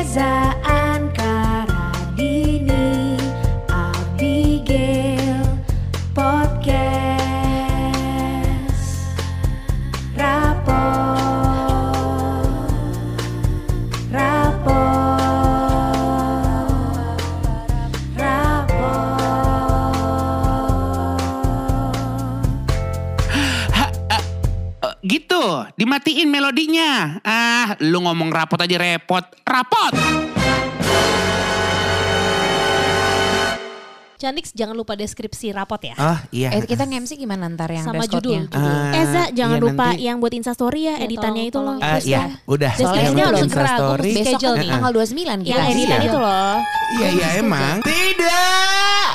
Reza Ankaradini, Abigail Podcast Gitu, dimatiin melodinya. Lu ngomong rapot aja repot. Rapot! Cantik, jangan lupa deskripsi rapot ya. Oh iya. Kita nge-MC gimana ntar yang sama dress code-nya? judul. Eza, jangan iya, lupa nanti. yang buat instastory ya, editannya itu loh. Iya, udah. Deskripsinya Yang harus bikin segera, aku story. mesti Besok schedule kan nih. tanggal 29 kita. Yang editan Iya. itu loh. Iya emang. Tidak.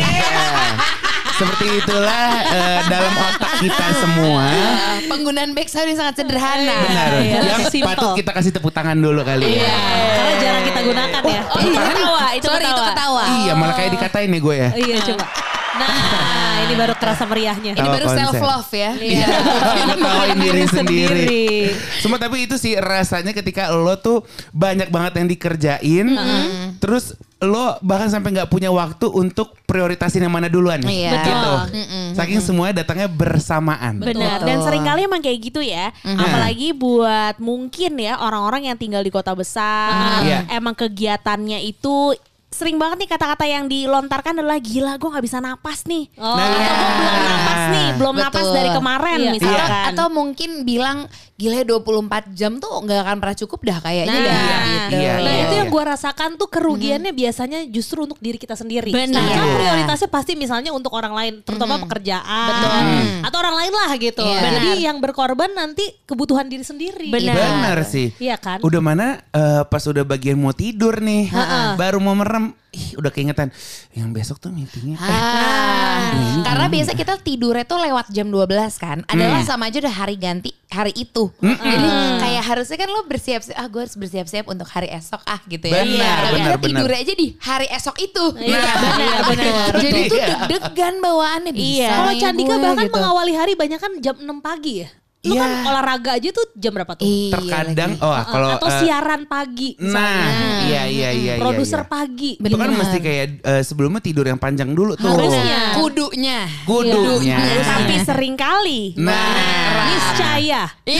Seperti itulah dalam otak kita semua. Penggunaan backsound yang sangat sederhana. Benar. Iya, Yang simple. patut kita kasih tepuk tangan dulu kali ya. Karena jarang kita gunakan ya. Itu ketawa, itu ketawa. Iya, malah kayak dikatain nih gue ya. Iya, coba. Nah, ini baru terasa meriahnya. Ini baru konsen. self love ya. Iya. Ngetawain diri sendiri. Semua tapi itu sih rasanya ketika lo tuh banyak banget yang dikerjain. Terus lo bahkan sampai gak punya waktu untuk prioritasin yang mana duluan nih. Iya. Gitu. Saking semuanya datangnya bersamaan. Benar. Betul. Dan seringkali emang kayak gitu ya. Apalagi buat mungkin ya orang-orang yang tinggal di kota besar. Iya. Emang kegiatannya itu sering banget nih kata-kata yang dilontarkan adalah gila gue gak bisa napas nih. Oh. Atau gue belum napas nih. Belum napas Betul. dari kemarin Iya. misalkan. Atau mungkin bilang gila 24 jam tuh gak akan pernah cukup dah kayaknya Nah, dah iya, gitu. iya, Nah iya. itu yang gue rasakan tuh kerugiannya biasanya justru untuk diri kita sendiri. Benar. Karena prioritasnya pasti misalnya untuk orang lain, terutama pekerjaan atau orang lain lah gitu. Iya. Jadi yang berkorban nanti kebutuhan diri sendiri. Benar. Benar sih. Iya kan? Udah mana pas udah bagian mau tidur nih. Baru mau merem. Udah keingetan. Yang besok tuh meetingnya. Karena biasa kita tidurnya tuh lewat jam 12 kan. Adalah sama aja udah hari ganti hari itu. Jadi kayak harusnya kan lo bersiap-siap. Gue harus bersiap-siap untuk hari esok gitu ya. Benar, Tapi benar, kita tidurnya aja di hari esok itu. Iya, benar. Jadi tuh Iya. deg-degan bawaannya bisa. Iya. Kalau ya Candika gue bahkan gitu. mengawali hari banyak kan jam 6 pagi ya. Lu Iya. kan olahraga aja tuh jam berapa tuh? Iya Terkadang lagi. kalau Atau siaran pagi misalnya. Nah, iya. Produser iya. pagi. Itu kan Benar. mesti kayak sebelumnya tidur yang panjang dulu tuh. Harusnya. Kudunya. Kudunya. Tapi seringkali Niscaya.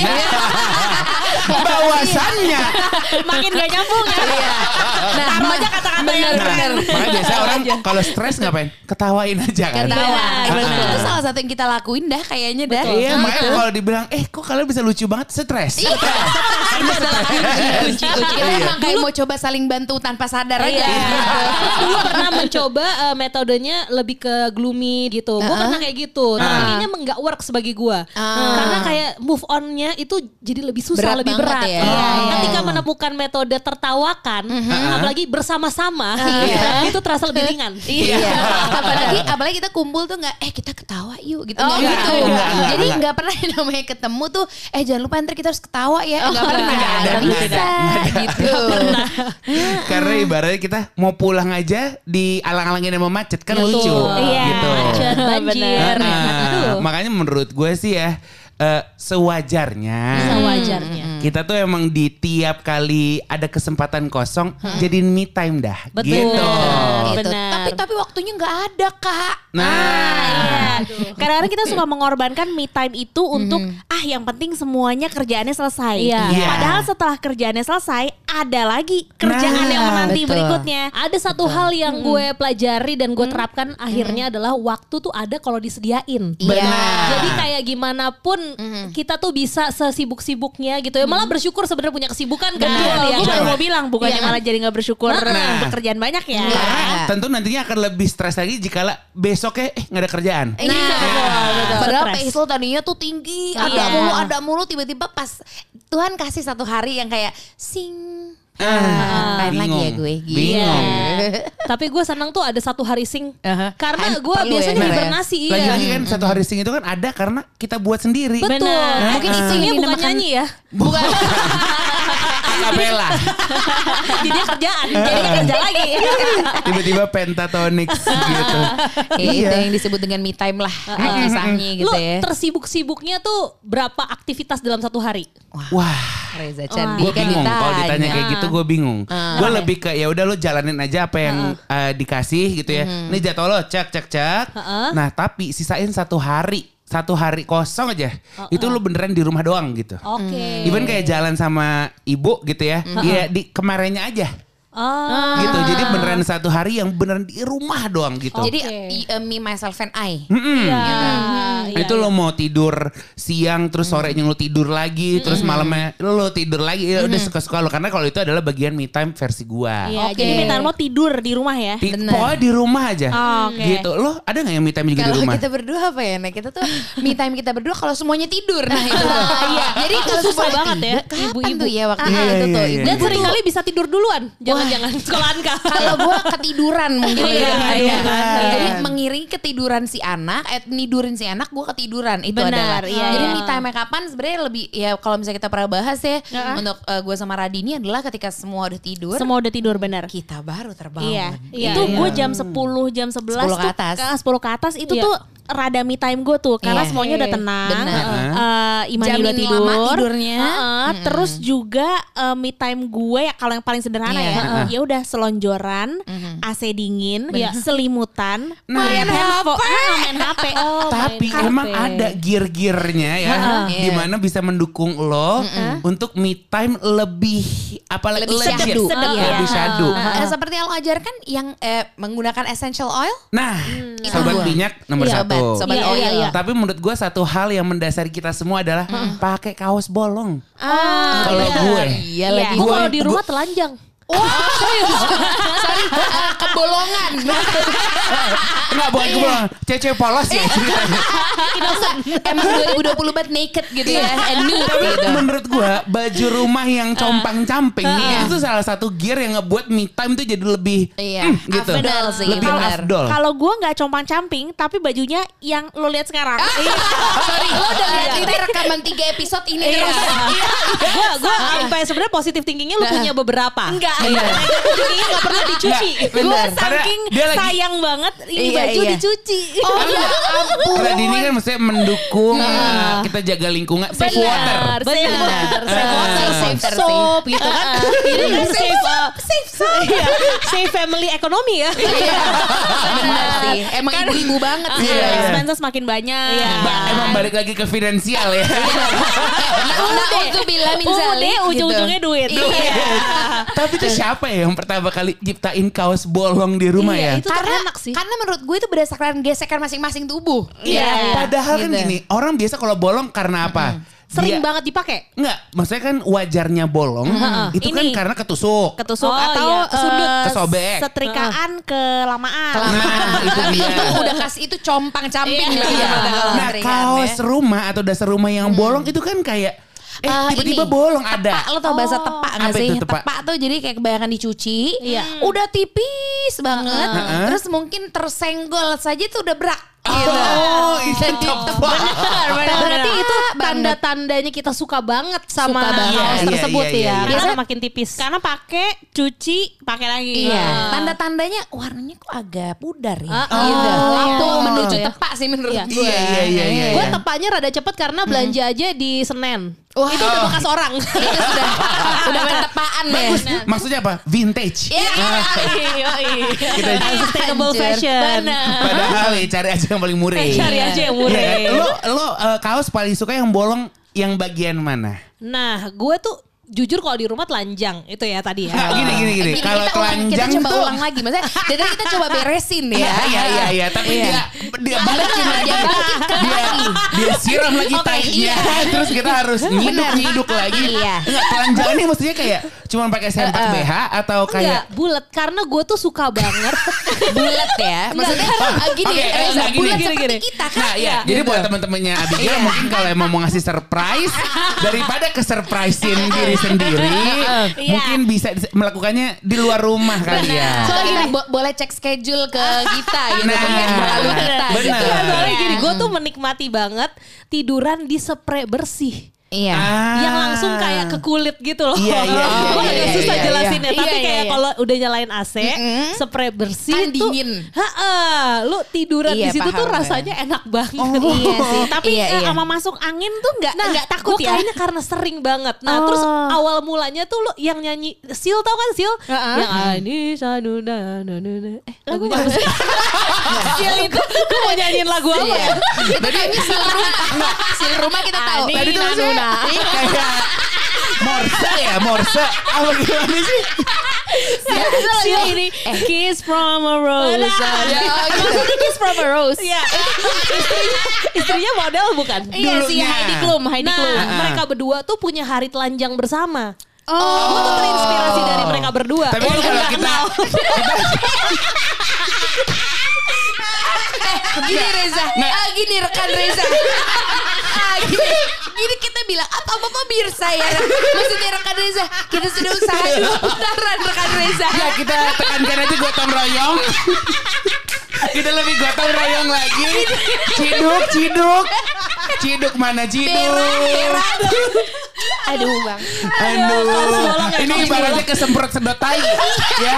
Bahwasannya. makin gak nyambung ya. Nah, Taruh aja kata-kata yang bener. Makanya biasa orang kalau stres ngapain? Ketawain aja kan. Ketawa. Benar. Itu salah satu yang kita lakuin dah kayaknya dah. Iya, makanya kalau dibilang, kok kalian bisa lucu banget, stres. Itu adalah kunci. Kita emang kayak mau coba saling bantu tanpa sadar aja. Dulu pernah mencoba metodenya lebih ke gloomy gitu. Gue pernah kayak gitu. Tapi kayaknya nggak works bagi gue. Karena kayak move on-nya itu jadi lebih susah, Berat lebih banget berat. ya. Iya. Ketika menemukan metode tertawakan, apalagi bersama-sama, itu terasa lebih ringan. Iya. Apalagi kita kumpul tuh nggak kita ketawa yuk gitu nggak enggak, gitu. enggak, Jadi enggak. nggak pernah yang namanya ketemu tuh jangan lupa ntar kita harus ketawa ya. Nggak pernah. Nggak bisa gitu. Karena ibaratnya kita mau pulang aja di alang-alangin yang mau macet kan Betul. lucu. Iya. Gitu. Macet, banjir. Nah, makanya menurut gue sih ya sewajarnya. Sewajarnya. Kita tuh emang di tiap kali ada kesempatan kosong jadiin me time dah. Betul. Gitu. Gitu. Benar. Tapi waktunya nggak ada Kak. Nah, Kadang-kadang kita suka mengorbankan me time itu untuk yang penting semuanya kerjaannya selesai. Iya. Iya. Padahal setelah kerjaannya selesai ada lagi kerjaan Nah, yang menanti betul. berikutnya. Ada satu hal yang gue pelajari dan gue terapkan akhirnya adalah waktu tuh ada kalau disediain. Iya. Jadi kayak gimana pun kita tuh bisa sesibuk-sibuknya gitu ya. Malah bersyukur sebenarnya punya kesibukan kan. Betul, gue Iya. baru mau bilang bukannya malah jadi gak bersyukur Nah. untuk kerjaan banyak ya. karena tentu nantinya akan lebih stres lagi jika besoknya nggak ada kerjaan. Padahal Stres. pace lo tadinya tuh tinggi, ada mulu tiba-tiba pas Tuhan kasih satu hari yang kayak ngapain lagi ya gue gitu. Bingung. Tapi gue senang tuh ada satu hari sing. Karena gue Perlu biasanya ya, hibernasi. Iya. Lagi-lagi kan satu hari sing itu kan ada karena kita buat sendiri. Betul. Benar. Mungkin isinya bukan nyanyi ya. Bukan. Acapella. Jadi kerjaan, jadi kerja lagi. Tiba-tiba pentatonics gitu. Itu yang disebut dengan me time lah kisahnya gitu Lu ya. tersibuk-sibuknya tuh berapa aktivitas dalam satu hari? Wah. Reza Candi Gue kan bingung kalau ditanya kayak gitu, gue bingung. Gue Kenapa lebih ke ya udah lo jalanin aja apa yang dikasih gitu ya. Ini jadwal lo cek. Nah tapi sisain satu hari kosong aja. Itu lo beneran di rumah doang gitu. Oke. Even kayak jalan sama ibu gitu ya. Ya di kemarinnya aja. Gitu. Jadi beneran satu hari yang beneran di rumah doang gitu. Jadi me myself and I. Itu lo mau tidur siang terus sorenya lo tidur lagi terus malamnya lo tidur lagi ya udah suka-suka lo karena kalau itu adalah bagian me time versi gua. Iya, jadi minta lo tidur di rumah ya. Pokoknya di rumah aja. Oke. Gitu. Lo ada gak yang me time juga di Kalau rumah? kita berdua apa ya? Nah kita tuh me time kita berdua kalau semuanya tidur. Nah itu tuh. Iya. Jadi Itu kalau susah semuanya banget ya, tidur, kapan ibu-ibu. tuh ya waktu Iya, itu tuh. iya, iya. Dan Ibu sering tuh- kali bisa tidur duluan. Jangan-jangan sekolahan kak. Kalau gue ketiduran mungkin Iya, iya, Jadi iya. mengiringi ketiduran si anak, nidurin si anak, gue ketiduran itu Benar, adalah. iya, Jadi iya. me time kapan sebenarnya lebih ya kalau misalnya kita pernah bahas ya untuk gue sama Radini adalah ketika semua udah tidur, Semua udah tidur benar. kita baru terbangun. Iya. Iya, Itu iya. gue jam 10, jam 11 10 ke tuh, atas. 10 ke atas itu Iya. tuh rada me time gue tuh karena Iya. semuanya udah tenang. Benar. Imani Jamin udah tidur. lama tidurnya. Terus juga me time gue ya kalau yang paling sederhana Iya. ya udah selonjoran, AC dingin, selimutan, Main handphone, main HP. Tapi emang ada gear-gearnya ya Iya. dimana bisa mendukung lo untuk me time lebih Lebih legit, syahdu. lebih Iya. syahdu. Seperti yang lo ajarkan yang menggunakan essential oil. Nah, Itu sobat gua. minyak nomor Iya. satu. Sobat Iya, oil. iya, iya. Tapi menurut gue satu hal yang mendasari kita semua adalah pakai kaos bolong. Ah, Kalau benar. gue. Iya lagi. Gue kalau Gua- di rumah telanjang. Sorry, kebolongan. Enggak bukan gue bilang cewek polos ya ceritanya. Emang 2020 banget naked gitu ya, and nude gitu. Menurut gue baju rumah yang compang-camping Iya. itu salah satu gear yang ngebuat me time tuh jadi lebih Iya, gitu. afdol sih, Lebih benar. afdol. Kalau gue nggak compang-camping tapi bajunya yang lo lihat sekarang. Sorry, lo udah lihat ini rekaman 3 episode ini terus. Gue sampai sebenarnya positif thinkingnya lu punya beberapa. Enggak. Thinkingnya nggak pernah dicuci. Gue Benar. Karena saking dia lagi- sayang banget ini Iya, baju iya. dicuci. Oh ya ampun. Radini kan maksudnya mendukung kita jaga lingkungan, safe water. Save water, save water, Save Water soap gitu kan. Ini kan save family ekonomi ya. Benar sih. Emang ibu-ibu banget sih. Iya, iya. expenses makin banyak. Emang balik lagi ke finansial ya. Na'udzubillah min zalik gitu. Ujung-ujungnya duit. Iya. Tapi itu siapa ya yang pertama kali nyiptain kaos bolong di rumah ya? Itu enak sih. Karena menurut gue itu berdasarkan gesekan masing-masing tubuh. Iya. Padahal kan Gitu. gini, orang biasa kalau bolong karena apa? Sering Dia- banget dipakai. Enggak, maksudnya kan wajarnya bolong itu kan Ini. karena ketusuk. Ketusuk Oh, atau iya, kesundut. Kesobek. setrikaan kelamaan. Nah, itu dia. Itu udah kasih itu compang-camping Iya. lagi ya pada kalau Nah, ringan kaos ya. rumah atau dasar rumah yang bolong itu kan kayak tiba-tiba ini, bolong ada. Tepak, lo tau bahasa tepak gak Apa sih? itu tepak? Tepak tuh jadi kayak kebanyakan dicuci. Iya. Udah tipis banget. Heeh. Terus mungkin tersenggol saja tuh udah berak. Oh, itu tepak. Berarti itu banget. tanda-tandanya kita suka banget sama Suka banget. kaos Iya, tersebut iya, iya, ya. iya. Biasanya makin tipis. Karena pakai, cuci, pakai lagi. Iya. Tanda-tandanya warnanya kok agak pudar ya. Ah, Gitu. oh. Itu Iya. menuju Iya. tepak sih menurut Iya. gue. Iya. Gue tepatnya rada cepet karena belanja aja di Senen. Wah. Itu udah bekas orang. Itu sudah ketepaan ya. Bagus. Maksudnya apa? Vintage. Iya. Kita Sustainable Hancur. fashion. padahal ya cari aja yang paling murah. Cari aja yang murah. Iya kan? Lo kaos paling suka yang bolong yang bagian mana? Nah, gue tuh jujur kalau di rumah telanjang itu ya tadi ya. Nggak, gini. Kalau telanjang kita coba tuh ulang lagi. Maksudnya dari kita coba beresin ya. Iya. Tapi dia balikin lagi. Dia balikin ke Dia siram lagi tainya. Terus kita harus nyiduk lagi. Iya. Enggak, telanjang ini maksudnya kayak cuma pakai sempak BH atau Enggak, kayak bulat karena gue tuh suka banget. bulat ya. Maksudnya gini, Oke, Reza, enggak, gini. bulat Gini. seperti kita kan. Nah ya, jadi buat teman-temannya Abigail mungkin kalau emang mau ngasih surprise daripada ke-surprisein diri sendiri, mungkin bisa melakukannya di luar rumah kali ya. Soalnya gini, boleh cek schedule ke kita gitu. Nah, Mungkin melalui kita benar. gitu. Iya, soalnya gini, gue tuh menikmati banget tiduran di spray bersih. Iya. Yang langsung kayak ke kulit gitu loh. Iya. Gue agak susah jelasinnya. Iya. Tapi Iya, kayak iya. kalau udah nyalain AC, spray bersih Kan tuh. dingin. Lu tiduran Iya, di situ tuh paham, rasanya enak banget. Iya sih. Tapi iya. sama masuk angin tuh nggak takut Gue ya? kayaknya karena sering banget. Nah terus awal mulanya tuh lu yang nyanyi Sil, tau kan Sil? Yang Anissa Nuna lagunya apa sih? Sil itu gue mau nyanyiin lagu apa ya? Itu kami sil rumah kita tahu. Tadi tuh maksudnya kayak Morse apa gimana sih? Sil ini Kiss from a Rose. Maksudnya Kiss from a Rose. Iya, istrinya model bukan? Iya si Dulunya. Heidi Klum. Nah, mereka berdua tuh punya hari telanjang bersama. Gue tuh terinspirasi dari mereka berdua. Tapi kan kalau kita Gini Reza, gini rekan Reza. Gini kita bilang apa Birsa ya. Maksudnya rekan Reza, kita sudah usaha 2 putaran rekan Reza. ya kita tekankan aja gotong royong. Kita lebih gotong royong lagi. Ciduk mana ciduk? Aduh bang. Aduh. Ini ibaratnya kesemprot sedot tai. Ya.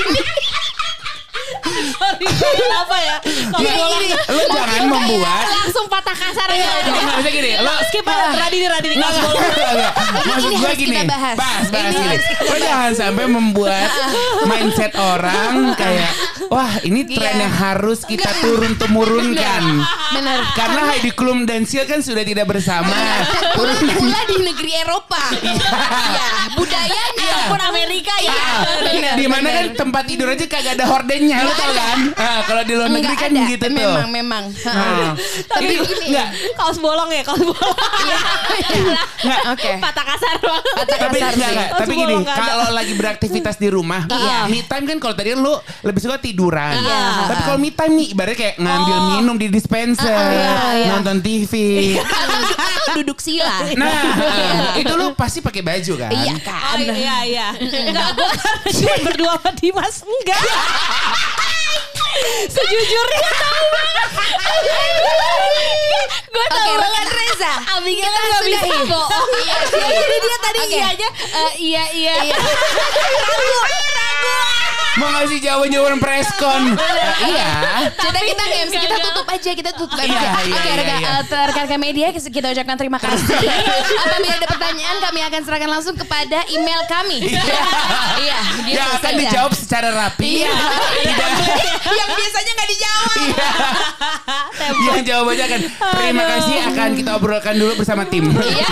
Kenapa ya? Ya, lu jangan membuat. Langsung patah kasar ya. Maksudnya gini, lo Skip Radini Nggak. Maksud Ini gue harus gini, kita bahas. bahas Ini gini. harus kita Lo jangan sampai membuat mindset orang kayak, wah ini tren yang harus kita turun-temurunkan. Benar. Karena Heidi Klum dan Sil kan sudah tidak bersama. Pula di negeri Eropa. Iya, budayanya. Pun Amerika ya. Di mana kan tempat tidur aja kagak ada hordennya, lo tau kan? Kalau di luar negeri kan Nggak gitu ada. tuh. Memang. Tapi enggak. kaos bolong ya, kaos bolong. Enggak. Oke. Patah kasar banget. Tapi enggak. Tapi gini, Sebelum nggak ada. kalau lagi beraktivitas di rumah, me time kan kalau tadi lu lebih suka tiduran. Tapi kalau me time nih ibaratnya kayak ngambil minum di dispenser, nonton TV. Atau duduk sila. Nah, itu lu pasti pakai baju kan? Iya Oh kan. iya. Enggak, gue karena cuma berdua sama Dimas. Enggak. Sejujurnya tahu banget. Gue Oke, tahu rekan Reza. Abigail kan gak bisa bohong. Jadi dia tadi Oke. iya aja. Iya. Mau ngasih jawaban preskon. Iya. Jadi kita MC, kita tutup aja. Iya, Oke, iya. rekan media kita ucapkan terima kasih. Apabila ada pertanyaan kami akan serahkan langsung kepada email kami. Iya, gitu Yang akan saja. dijawab secara rapi. Iya. Tidak. Yang biasanya nggak dijawab. Yang jawabannya akan terima kasih akan kita obrolkan dulu bersama tim. Iya.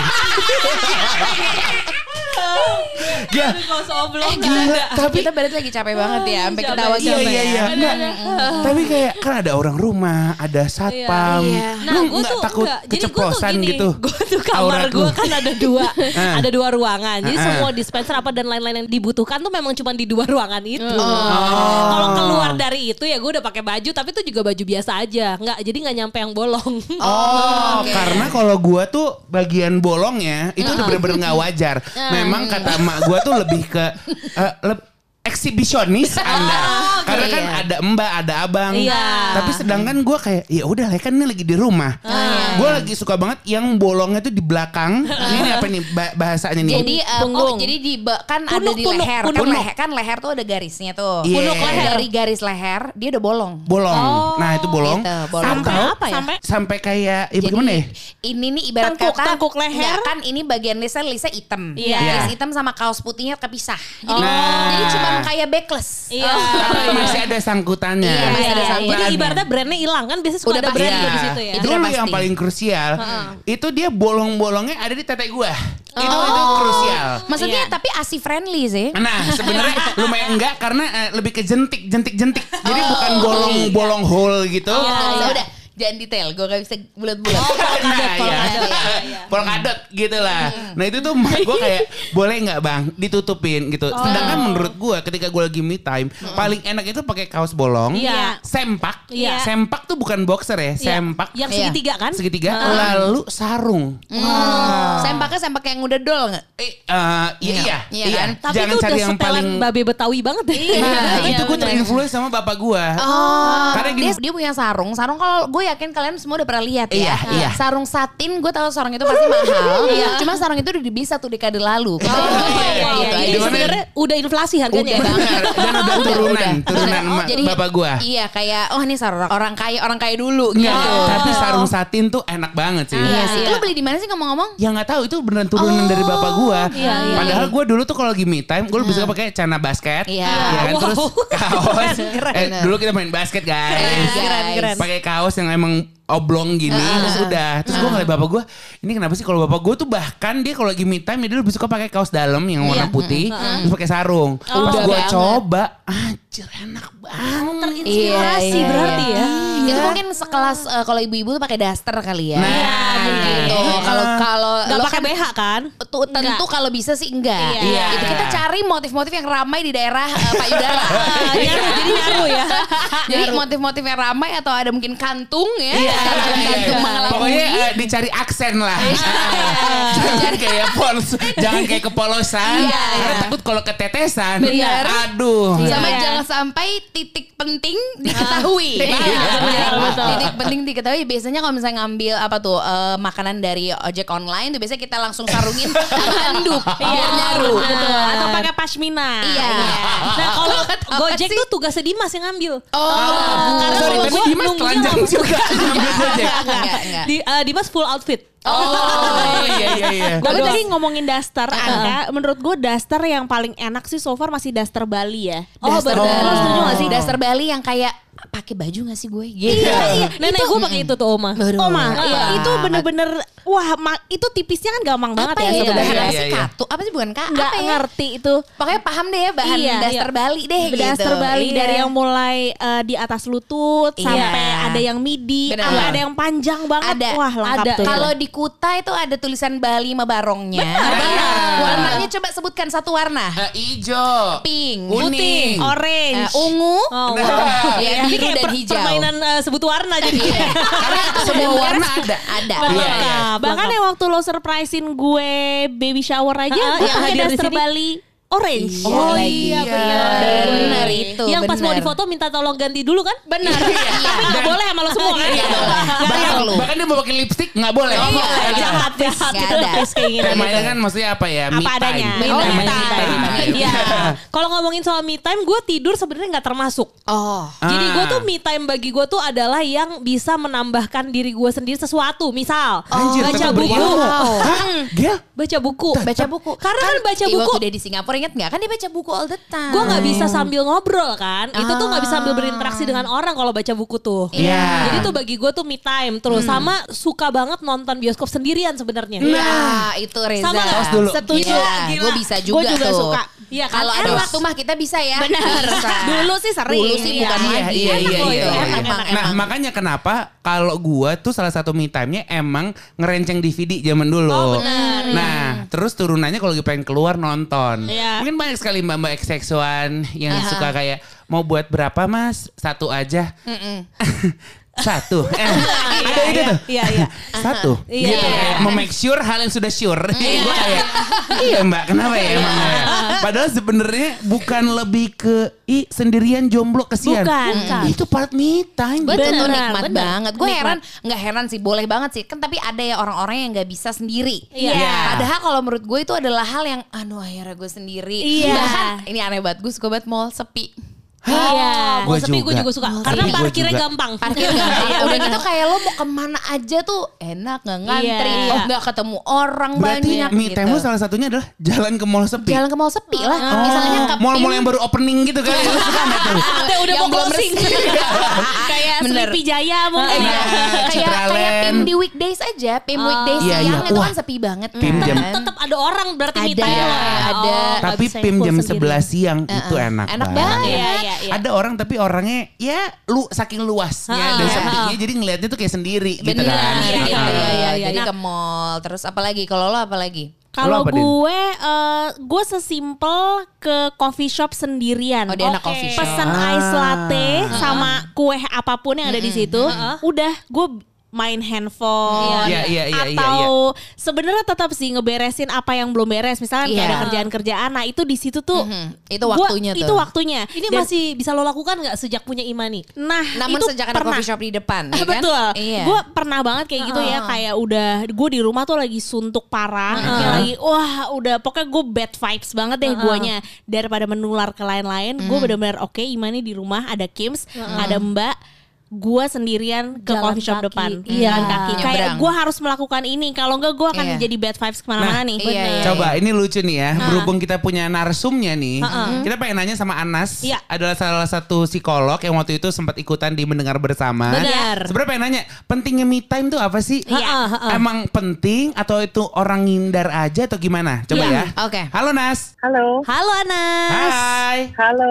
Ya, Kaos oblong nggak gila. ada. Tapi Kita berarti lagi capek banget ya, sampai Capek, ketawa iya. Nggak. Tapi kayak kan ada orang rumah, ada satpam. Iya. Nah, Lu gue nggak tuh takut enggak. Jadi gue tuh keceplosan gini, gitu? gue tuh kamar Aurat lu. gue kan ada dua, ada 2 ruangan. Jadi Ah. semua dispenser apa dan lain-lain yang dibutuhkan tuh memang cuma di 2 ruangan itu. Kalau keluar dari itu ya gue udah pakai baju, tapi itu juga baju biasa aja. Nggak, jadi nggak nyampe yang bolong. Oke. Karena kalau gua tuh bagian bolongnya itu udah bener-bener nggak wajar. Memang kata emak gua tuh lebih ke eksibisionis Anda. Karena kan iya. ada mbak, ada abang. Iya. Tapi sedangkan gue kayak ya udah lah kan ini lagi di rumah. Gue lagi suka banget yang bolongnya tuh di belakang. Ini apa nih bahasanya nih? Jadi Punggung. jadi kan ada Punuk, di punuk, leher. punuk. Kan leher tuh ada garisnya tuh. Iya. Punuk leher. Dari garis leher dia udah bolong. Bolong. Nah itu bolong. Gitu, bolong. Sampai Atau apa ya? sampai kayak ya gimana ya? Ini nih ibarat Tengkuk, kata tengkuk leher. enggak, kan ini bagian lisa hitam. Iya. Garis hitam sama kaos putihnya kepisah. Jadi, Nah. jadi cuma kayak backless. Iya. Tapi masih ada sangkutannya. Iya, masih ada sangkutannya. Jadi ibaratnya brandnya hilang kan, biasanya suka Udah ada pasti. brand Iya. di situ ya. Itu Dulu udah yang pasti. paling krusial itu dia bolong-bolongnya ada di tete gua. Itu krusial. Maksudnya Iya. tapi ASI friendly sih. Nah sebenarnya lumayan enggak karena lebih ke jentik. Jadi bukan bolong hole gitu. Udah jangan detail, gue gak bisa bulat-bulat. Nah, polkadot gitu lah. Nah itu tuh gue kayak boleh nggak bang ditutupin gitu. Sedangkan menurut gue ketika gue lagi me time paling enak itu pakai kaos bolong, Iya. sempak. Iya. Sempak tuh bukan boxer ya, sempak. Yang Iya. segitiga kan? Segitiga lalu sarung. Sempak yang udah dol nggak? Iya. Iya kan? Tapi Jangan itu cari udah yang setelan paling. babe Betawi banget deh. Nah, Iya, itu gue bener. terinfluence sama bapak gue. Oh, Karena gini, dia punya sarung kalau gue yakin kalian semua udah pernah lihat ya. Iya. Sarung satin, gue tahu sarung itu pasti mahal. Cuma sarung itu udah dibeli 1 dekade lalu. Iya. Jadi Gimana? sebenarnya udah inflasi harganya. Dan udah turunan Jadi bapak gua. Iya kayak ini sarung orang kaya dulu Enggak, gitu. tapi sarung satin tuh enak banget sih. Iya sih. Lu beli di mana sih ngomong-ngomong? Ya nggak tahu itu beneran turunan dari bapak gua. Iya. Padahal gua dulu tuh kalau lagi me time, gua lebih suka pakai celana basket. Iya. Ya kan? Terus kaos. Keren. Dulu kita main basket guys. Keren. Pakai kaos yang emang oblong gini. Terus udah. Terus gua ngeliat bapak gua, ini kenapa sih kalau bapak gua tuh bahkan dia kalau lagi me time dia lebih suka pakai kaos dalam yang warna putih, terus pakai sarung. Pas Udah gua banget. coba, anjir enak banget. Terinspirasi berarti ya. Itu mungkin sekelas kalau ibu-ibu tuh pakai daster kali ya. Nah, gitu. Kalau Nggak lo pakai BH kan? tuh tentu kalau bisa sih enggak. Iya. Itu kita cari motif-motif yang ramai di daerah payudara. Jadi nyaru ya. Jadi motif-motif yang ramai atau ada mungkin kantung ya. Kantung mengelabui. Pokoknya dicari aksen lah. Jangan kayak kepolosan. Karena takut kalau ketetesan. Benar. Aduh. Sama Iya. jangan sampai titik penting diketahui. Betul. Titik penting diketahui. Biasanya kalau misalnya ngambil makanan dari ojek online tuh biasanya kita langsung sarungin handuk biar nyaru. Betul. Atau pakai pashmina. Iya. Nah kalau Apa Gojek sih? tuh tugasnya Dimas yang ngambil. Karena Sorry, kalau tapi gua Dimas nunggunya telanjang lama. juga ngambil Gojek. enggak. Dimas full outfit. Oh iya. Tapi tadi ngomongin daster, Anka, menurut gue daster yang paling enak sih so far masih daster Bali ya. Daster bener. Bali. Lo setuju gak sih? Daster Bali yang kayak pakai baju gak sih gue? Gitu. Iya. Nenek gue pakai itu tuh Oma. Oma, iya, itu bener-bener itu tipisnya kan gampang banget Apa ya ya? sebenarnya. Bahan Iya, sih iya. katu? Apa sih bukan kak? Nggak Apa ya? ngerti itu. Pokoknya paham deh ya bahan Iya, daster Bali deh gitu. Daster Bali Iya. dari yang mulai di atas lutut Iya. sampai ada yang midi, Bener. sampai ada yang panjang banget. Ada. Wah, lengkap Ada. tuh. Kalau di Kuta itu ada tulisan Bali sama barongnya. Warnanya coba sebutkan satu warna. Ijo. Pink. Kuning. orange. Ungu. Oh, Nah. Ya, Ini biru kayak dan hijau. permainan sebut warna jadi. Karena semua warna ada. Ada. Lengkap. Bahkan yang waktu lo surprisein gue baby shower aja, gue yang pakai hadir di daster sini. Bali orange. Oh iya, Benar itu. Yang pas mau benar. difoto minta tolong ganti dulu kan? Benar. Tapi nggak boleh sama lo semua kan? Iya, boleh. Bahkan, perlu. bahkan dia mau pakai lipstick nggak boleh. Jahat. Nggak ada. Kayak gini. Temanya kan maksudnya apa ya? Me Apa time. adanya. Oh, Me temanya me time. time. Iya. Kalau ngomongin soal me time, gue tidur sebenarnya nggak termasuk. Oh. Jadi gue tuh me time bagi gue tuh adalah yang bisa menambahkan diri gue sendiri sesuatu. Misal Anjir, baca tetap buku, berilmu. Hah? Gel? baca buku. Baca buku. Karena kan baca buku. Waktu dia di Singapura ingat nggak? Kan dia baca buku all the time. Gue nggak bisa sambil ngobrol kan. Itu tuh nggak bisa sambil berinteraksi dengan orang kalau baca buku tuh. Iya. Jadi tuh bagi gue tuh me time terus. Sama suka banget nonton bioskop sendirian sebenarnya. Nah, itu Reza. Sama nggak? Tos dulu. Setuju. Iya, gue bisa juga, Gue juga tuh. suka. Iya kan? Kalau ada Enak. waktu mah kita bisa ya. Benar. Bisa. Dulu sih sering. Dulu sih bukan Iya, lagi. iya, Enak iya, loh iya, itu. iya. Enak, Nah, makanya kenapa kalau gua tuh salah satu me time-nya emang ngerenceng DVD zaman dulu. Oh, benar. Nah, terus turunannya kalau lagi pengen keluar nonton. Iya. Mungkin banyak sekali mbak-mbak XX1 yang suka kayak mau buat berapa Mas? Satu aja. Satu. Ada itu tuh. Iya. Satu. Iya. Gitu kayak make sure hal yang sudah sure. Gue kayak iya Mbak, kenapa ya emang? Padahal sebenarnya bukan lebih ke sendirian jomblo kesian. Bukan. Itu part me time. Betul tuh Benar, nikmat benar. banget. Gue heran, nggak heran sih, boleh banget sih. Kan tapi ada ya orang-orang yang nggak bisa sendiri. Iya. Padahal kalau menurut gue itu adalah hal yang, akhirnya gue sendiri. Iya. Bahkan ini aneh banget, gue suka banget mall sepi. Iya. Gua Sepi gue juga. juga suka. Oh, Karena sepi gua parkirnya juga. gampang. Parkir gampang. Udah gitu kayak lo mau kemana aja tuh enak, nggak ngantri, Iya. nggak ketemu orang Berarti banyak me gitu. time lu salah satunya adalah jalan ke mall sepi. Jalan ke mall sepi lah. Oh, Misalnya ke mall-mall PIM. yang baru opening gitu kan. Lu suka nggak tuh? Udah Yang mau belum closing. Kayak Bener. Sleepy Jaya mungkin. Iya. kayak Citraland. PIM di weekdays aja, PIM weekdays Iya, siang iya. itu Wah. kan sepi banget PIM kan. jam- Tetap ada orang berarti me Ada, time lo ya. ada. Oh, nggak Tapi bisa PIM full jam sendiri. 11 siang itu enak Enak banget. banget. Iya. Ada orang tapi orangnya ya saking luasnya dan sepinya jadi ngelihatnya tuh kayak sendiri gitu Bener, kan. iya, iya. Jadi Nah, ke mall. Terus apa lagi? Kalau lo apa lagi? Kalau Lo apa, Din? gue sesimpel ke coffee shop sendirian. Oh, dia anak coffee shop. Pesen ice latte sama kue apapun yang ada di situ. Udah, gue main handphone atau sebenarnya tetap sih ngeberesin apa yang belum beres, misalnya kayak ada kerjaan-kerjaan. Nah itu di situ tuh itu waktunya tuh. Itu waktunya. Ini masih bisa lo lakukan nggak sejak punya Imani? Nah, namun itu sejak ada coffee shop di depan, ya kan? Betul. Iya. Gue pernah banget kayak gitu ya, kayak udah gue di rumah tuh lagi suntuk parah, kayak lagi udah pokoknya gue bad vibes banget deh guanya. Daripada menular ke lain-lain, gue benar-benar oke, Imani di rumah ada Kims, ada Mbak. Gue sendirian ke Jalan coffee shop kaki. depan, Iya. jalan kaki. Kayak Nyebrang. gue harus melakukan ini. Kalau enggak gue akan jadi bad vibes kemana-mana nih. Coba ini lucu nih ya. Berhubung kita punya narsumnya nih, kita pengen nanya sama Anas. Iya. Adalah salah satu psikolog yang waktu itu sempat ikutan di Mendengar Bersama. Benar. Sebenarnya pengen nanya, pentingnya me time tuh apa sih? Emang penting atau itu orang ngindar aja atau gimana? Coba ya. Oke. Halo Nas. Halo. Halo Anas. Hai. Halo.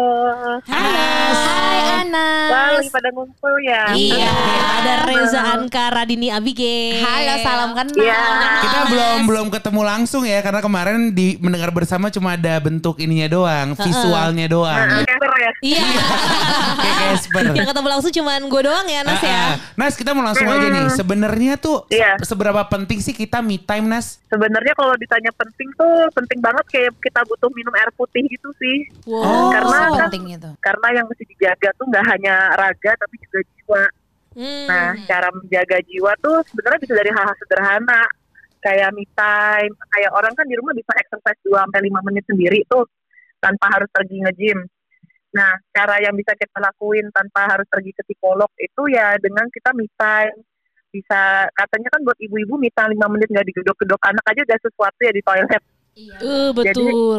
Hai Anas. Wah, lagi pada ngumpul ya. Iya, ada Reza Anka Radini Abige. Halo, salam kenal. Iya. Kita belum ketemu langsung ya karena kemarin di Mendengar Bersama cuma ada bentuk ininya doang, visualnya doang. Casper ya. Iya. Kayak Casper. Yang ketemu langsung cuman gue doang ya Nas ya. Nas, kita mau langsung aja nih. Sebenarnya tuh Iya. seberapa penting sih kita me time, Nas? Sebenarnya kalau ditanya penting tuh penting banget, kayak kita butuh minum air putih gitu sih. Wow. Karena penting itu. karena yang mesti dijaga tuh nggak hanya raga tapi juga jiwa. Nah, cara menjaga jiwa tuh sebenarnya bisa dari hal-hal sederhana. Kayak me time, kayak orang kan di rumah bisa exercise 2-5 menit sendiri tuh tanpa harus pergi nge-gym. Nah, cara yang bisa kita lakuin tanpa harus pergi ke psikolog itu ya dengan kita me time. Bisa, katanya kan buat ibu-ibu me time 5 menit gak digedok-gedok anak aja udah sesuatu ya di toilet. Betul.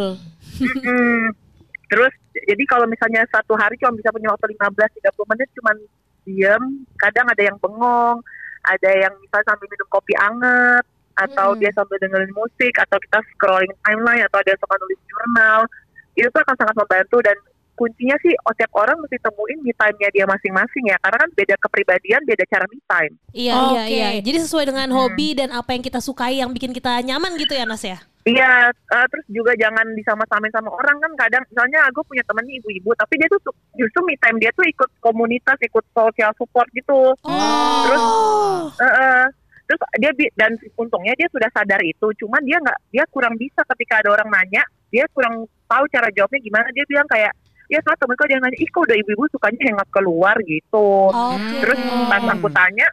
Terus, jadi kalau misalnya satu hari cuma bisa punya waktu 15-30 menit cuman diem, kadang ada yang bengong, ada yang misalnya sambil minum kopi anget, atau dia sambil dengerin musik, atau kita scrolling timeline, atau ada yang suka nulis jurnal. Itu tuh akan sangat membantu, dan kuncinya sih setiap orang mesti temuin me time-nya dia masing-masing ya, karena kan beda kepribadian, beda cara me time. Iya. Jadi sesuai dengan hobi dan apa yang kita sukai yang bikin kita nyaman gitu ya Nas ya. Iya, terus juga jangan disama-samain sama orang kan. Kadang misalnya aku punya temennya ibu-ibu, tapi dia tuh justru me time dia tuh ikut komunitas, ikut social support gitu. Terus dia dan untungnya dia sudah sadar itu, cuman dia kurang bisa ketika ada orang nanya, dia kurang tahu cara jawabnya gimana. Dia bilang kayak, ya soal temenku ada yang nanya, kok udah ibu-ibu sukanya hangout keluar gitu. Terus pas aku tanya,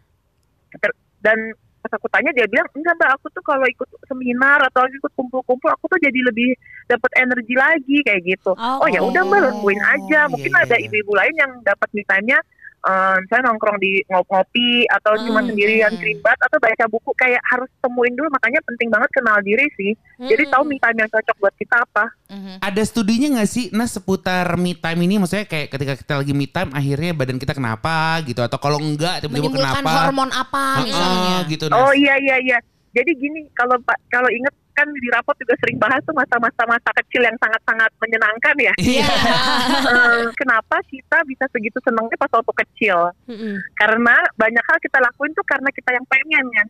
dan pas aku tanya dia bilang, enggak Mbak, aku tuh kalau ikut seminar atau ikut kumpul-kumpul aku tuh jadi lebih dapat energi lagi kayak gitu. Oh ya udah Mbak, lakuin aja. Mungkin ada ibu-ibu lain yang dapat misalnya saya nongkrong di ngopi atau cuma sendirian keribat atau baca buku, kayak harus temuin dulu. Makanya penting banget kenal diri sih. Jadi tahu me time yang cocok buat kita apa. Ada studinya gak sih Nas seputar me time ini? Maksudnya kayak ketika kita lagi me time akhirnya badan kita kenapa gitu, atau kalau enggak tiba-tiba Menimbulkan kenapa hormon apa misalnya gitu, Nas. Oh iya. Jadi gini, kalau inget kan di rapot juga sering bahas tuh masa kecil yang sangat-sangat menyenangkan ya. Iya. Kenapa kita bisa segitu senangnya pas waktu kecil? Karena banyak hal kita lakuin tuh karena kita yang pengen kan.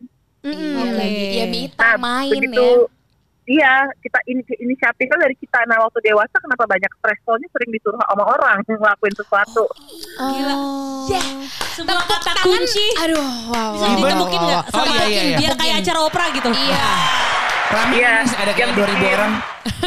Ya me time main begitu, ya. Iya, kita inisiatifnya dari kita. Nah, waktu dewasa kenapa banyak stresnya sering disuruh sama orang ngelakuin sesuatu. Gila. Sebuah kata kunci. Aduh, wow. Bisa ditemukin gak? Iya. Biar kayak acara opera gitu. Iya. Rame Iya, ada kayak 2000 orang.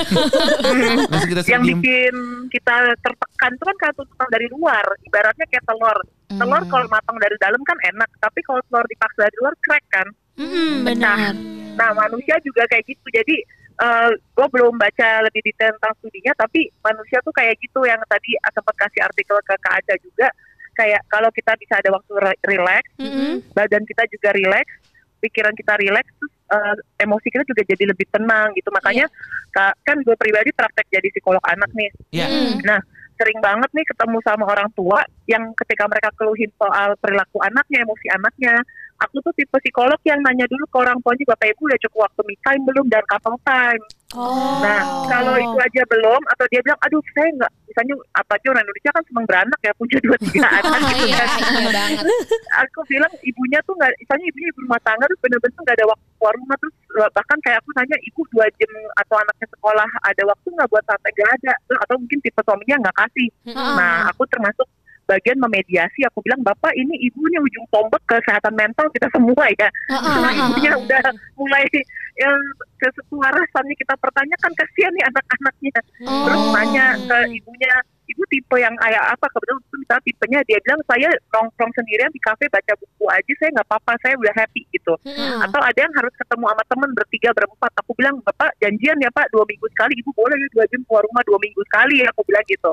Masih kita Yang sedih. bikin kita tertekan itu kan karena tuntutan dari luar. Ibaratnya kayak telur. Telur kalau matang dari dalam kan enak, tapi kalau telur dipaksa dari luar crack kan. Benar. Nah, manusia juga kayak gitu. Jadi gue belum baca lebih detail tentang studinya, tapi manusia tuh kayak gitu. Yang tadi sempat kasih artikel ke Kak Aca juga, kayak kalau kita bisa ada waktu relax, badan kita juga relax, pikiran kita relax, terus emosi kita juga jadi lebih tenang gitu. Makanya kan gue pribadi praktek jadi psikolog anak nih. Nah, sering banget nih ketemu sama orang tua yang ketika mereka keluhin soal perilaku anaknya, emosi anaknya, aku tuh tipe psikolog yang nanya dulu ke orang tuanya, Bapak Ibu udah cukup waktu me time belum dan couple time. Nah, kalau itu aja belum, atau dia bilang, aduh saya nggak, misalnya apalagi orang Indonesia kan seneng beranak ya, punya 2-3 anak gitu kan. Iya banget. Aku bilang ibunya tuh nggak, misalnya ibunya ibu rumah tangga tuh bener-bener nggak ada waktu keluar rumah, terus bahkan kayak aku nanya, ibu 2 jam atau anaknya sekolah ada waktu nggak buat santai? Nggak ada, atau mungkin tipe suaminya nggak kasih. Nah, aku termasuk bagian memediasi. Aku bilang, Bapak ini ibu ini ujung tombak kesehatan mental kita semua ya. Karena ibunya udah mulai yang kesuarasannya kita pertanyakan, kasihan nih anak-anaknya. Terus nanya ke ibunya, ibu tipe yang kayak apa? Kebetulan misalnya tipenya dia bilang, saya nongkrong sendirian di kafe baca buku aja, saya nggak apa-apa, saya udah happy gitu. Atau ada yang harus ketemu sama temen bertiga berempat. Aku bilang, Bapak janjian ya Pak 2 minggu sekali, ibu boleh 2 jam keluar rumah 2 minggu sekali ya, aku bilang gitu.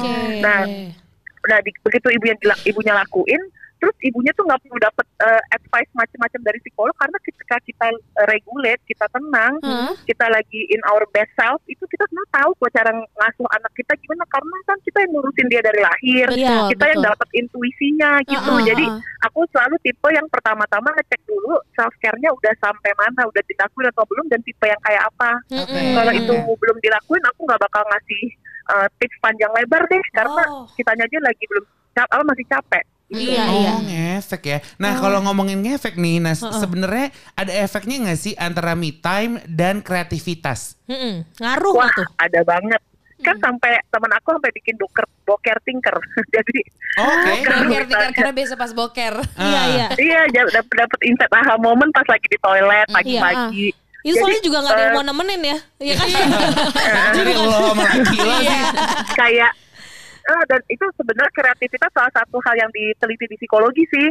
Nah begitu ibunya lakuin, terus ibunya tuh nggak perlu dapat advice macam-macam dari psikolog, karena ketika kita regulate, kita tenang, kita lagi in our best self, itu kita semua tahu kok cara ngasuh anak kita gimana, karena kan kita yang ngurusin dia dari lahir, kita yang dapat intuisinya gitu. Jadi aku selalu tipe yang pertama-tama ngecek dulu self care-nya udah sampai mana, udah dilakuin atau belum, dan tipe yang kayak apa. Kalau itu belum dilakuin, aku nggak bakal ngasih tips panjang lebar deh, karena kitanya aja lagi belum masih capek. Ngefek ya. Nah kalau ngomongin ngefek nih, nah sebenarnya ada efeknya nggak sih antara me time dan kreativitas? Ngaruh nggak tuh? Ada banget. Kan sampai teman aku sampai bikin boker tinker. Jadi boker tinker karena biasa pas boker. Iya, dapat insight aha moment pas lagi di toilet pagi-pagi. Itu soalnya juga gak ada yang mau nemenin ya. Iya kan? Jadi lo sama laki lo sih. Kayak dan itu sebenarnya kreativitas salah satu hal yang diteliti di psikologi sih.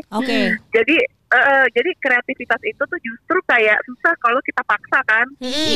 Jadi kreativitas itu tuh justru kayak susah kalau kita paksa kan.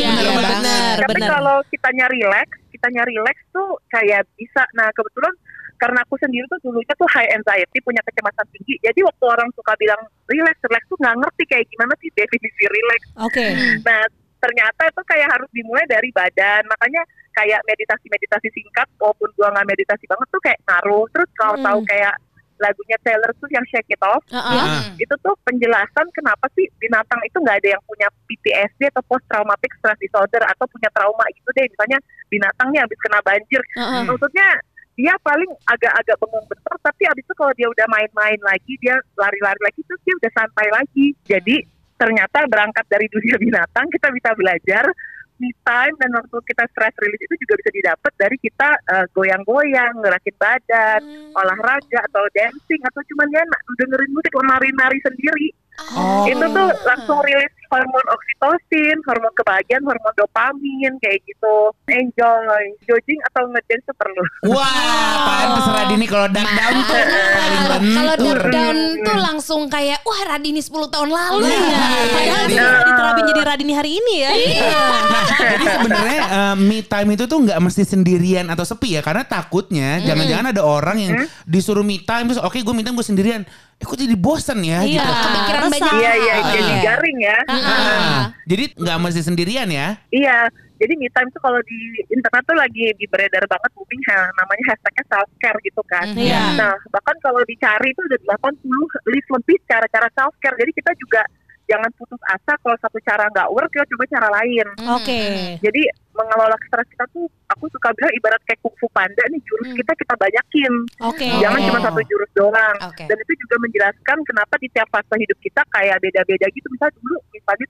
Benar. Tapi kalau kitanya relax tuh kayak bisa. Nah kebetulan karena aku sendiri tuh dulunya tuh high anxiety, punya kecemasan tinggi. Jadi waktu orang suka bilang relax tuh nggak ngerti kayak gimana sih definisi relax. Nah ternyata itu kayak harus dimulai dari badan. Makanya kayak meditasi singkat, walaupun gua nggak meditasi banget tuh kayak ngaruh. Terus kalau tahu kayak lagunya Taylor Swift yang Shake It Off, itu tuh penjelasan kenapa sih binatang itu nggak ada yang punya PTSD atau post traumatic stress disorder atau punya trauma gitu deh. Misalnya binatangnya habis kena banjir, maksudnya dia paling agak-agak bengong bentar, tapi abis itu kalau dia udah main-main lagi, dia lari-lari lagi, terus dia udah santai lagi. Jadi ternyata berangkat dari dunia binatang, kita bisa belajar me time, dan waktu kita stress release itu juga bisa didapat dari kita goyang-goyang, ngerakin badan, olahraga atau dancing, atau cuman ya dengerin musik, nari-nari sendiri. Itu tuh langsung rilis hormon oksitosin, hormon kebahagiaan, hormon dopamin kayak gitu. Enjoy, jogging atau ngedance tuh perlu. Wah, pantes Radini kalau dark down tuh paling bentur. Kalau dark down tuh langsung kayak wah Radini 10 tahun lalu ya. Padahal bisa diterapin jadi Radini hari ini ya. Nah, jadi sebenarnya me time itu tuh nggak mesti sendirian atau sepi ya, karena takutnya jangan-jangan ada orang yang disuruh me time terus oke gue me time gue sendirian. Kok jadi bosan ya gitu. Kepikiran banyak. Iya, jadi garing ya. Jadi nggak mesti sendirian ya. Iya, jadi me time tuh kalau di internet tuh lagi beredar banget booming namanya hashtagnya self care gitu kan. Nah bahkan kalau dicari tuh udah 80 list lebih cara-cara self care. Jadi kita juga jangan putus asa kalau satu cara nggak work, kita coba cara lain. Jadi mengelola stres kita tuh, aku suka bilang ibarat kayak kung fu panda nih, jurus kita banyakin. Jangan cuma satu jurus doang. Dan itu juga menjelaskan kenapa di tiap fase hidup kita kayak beda-beda gitu. Misalnya dulu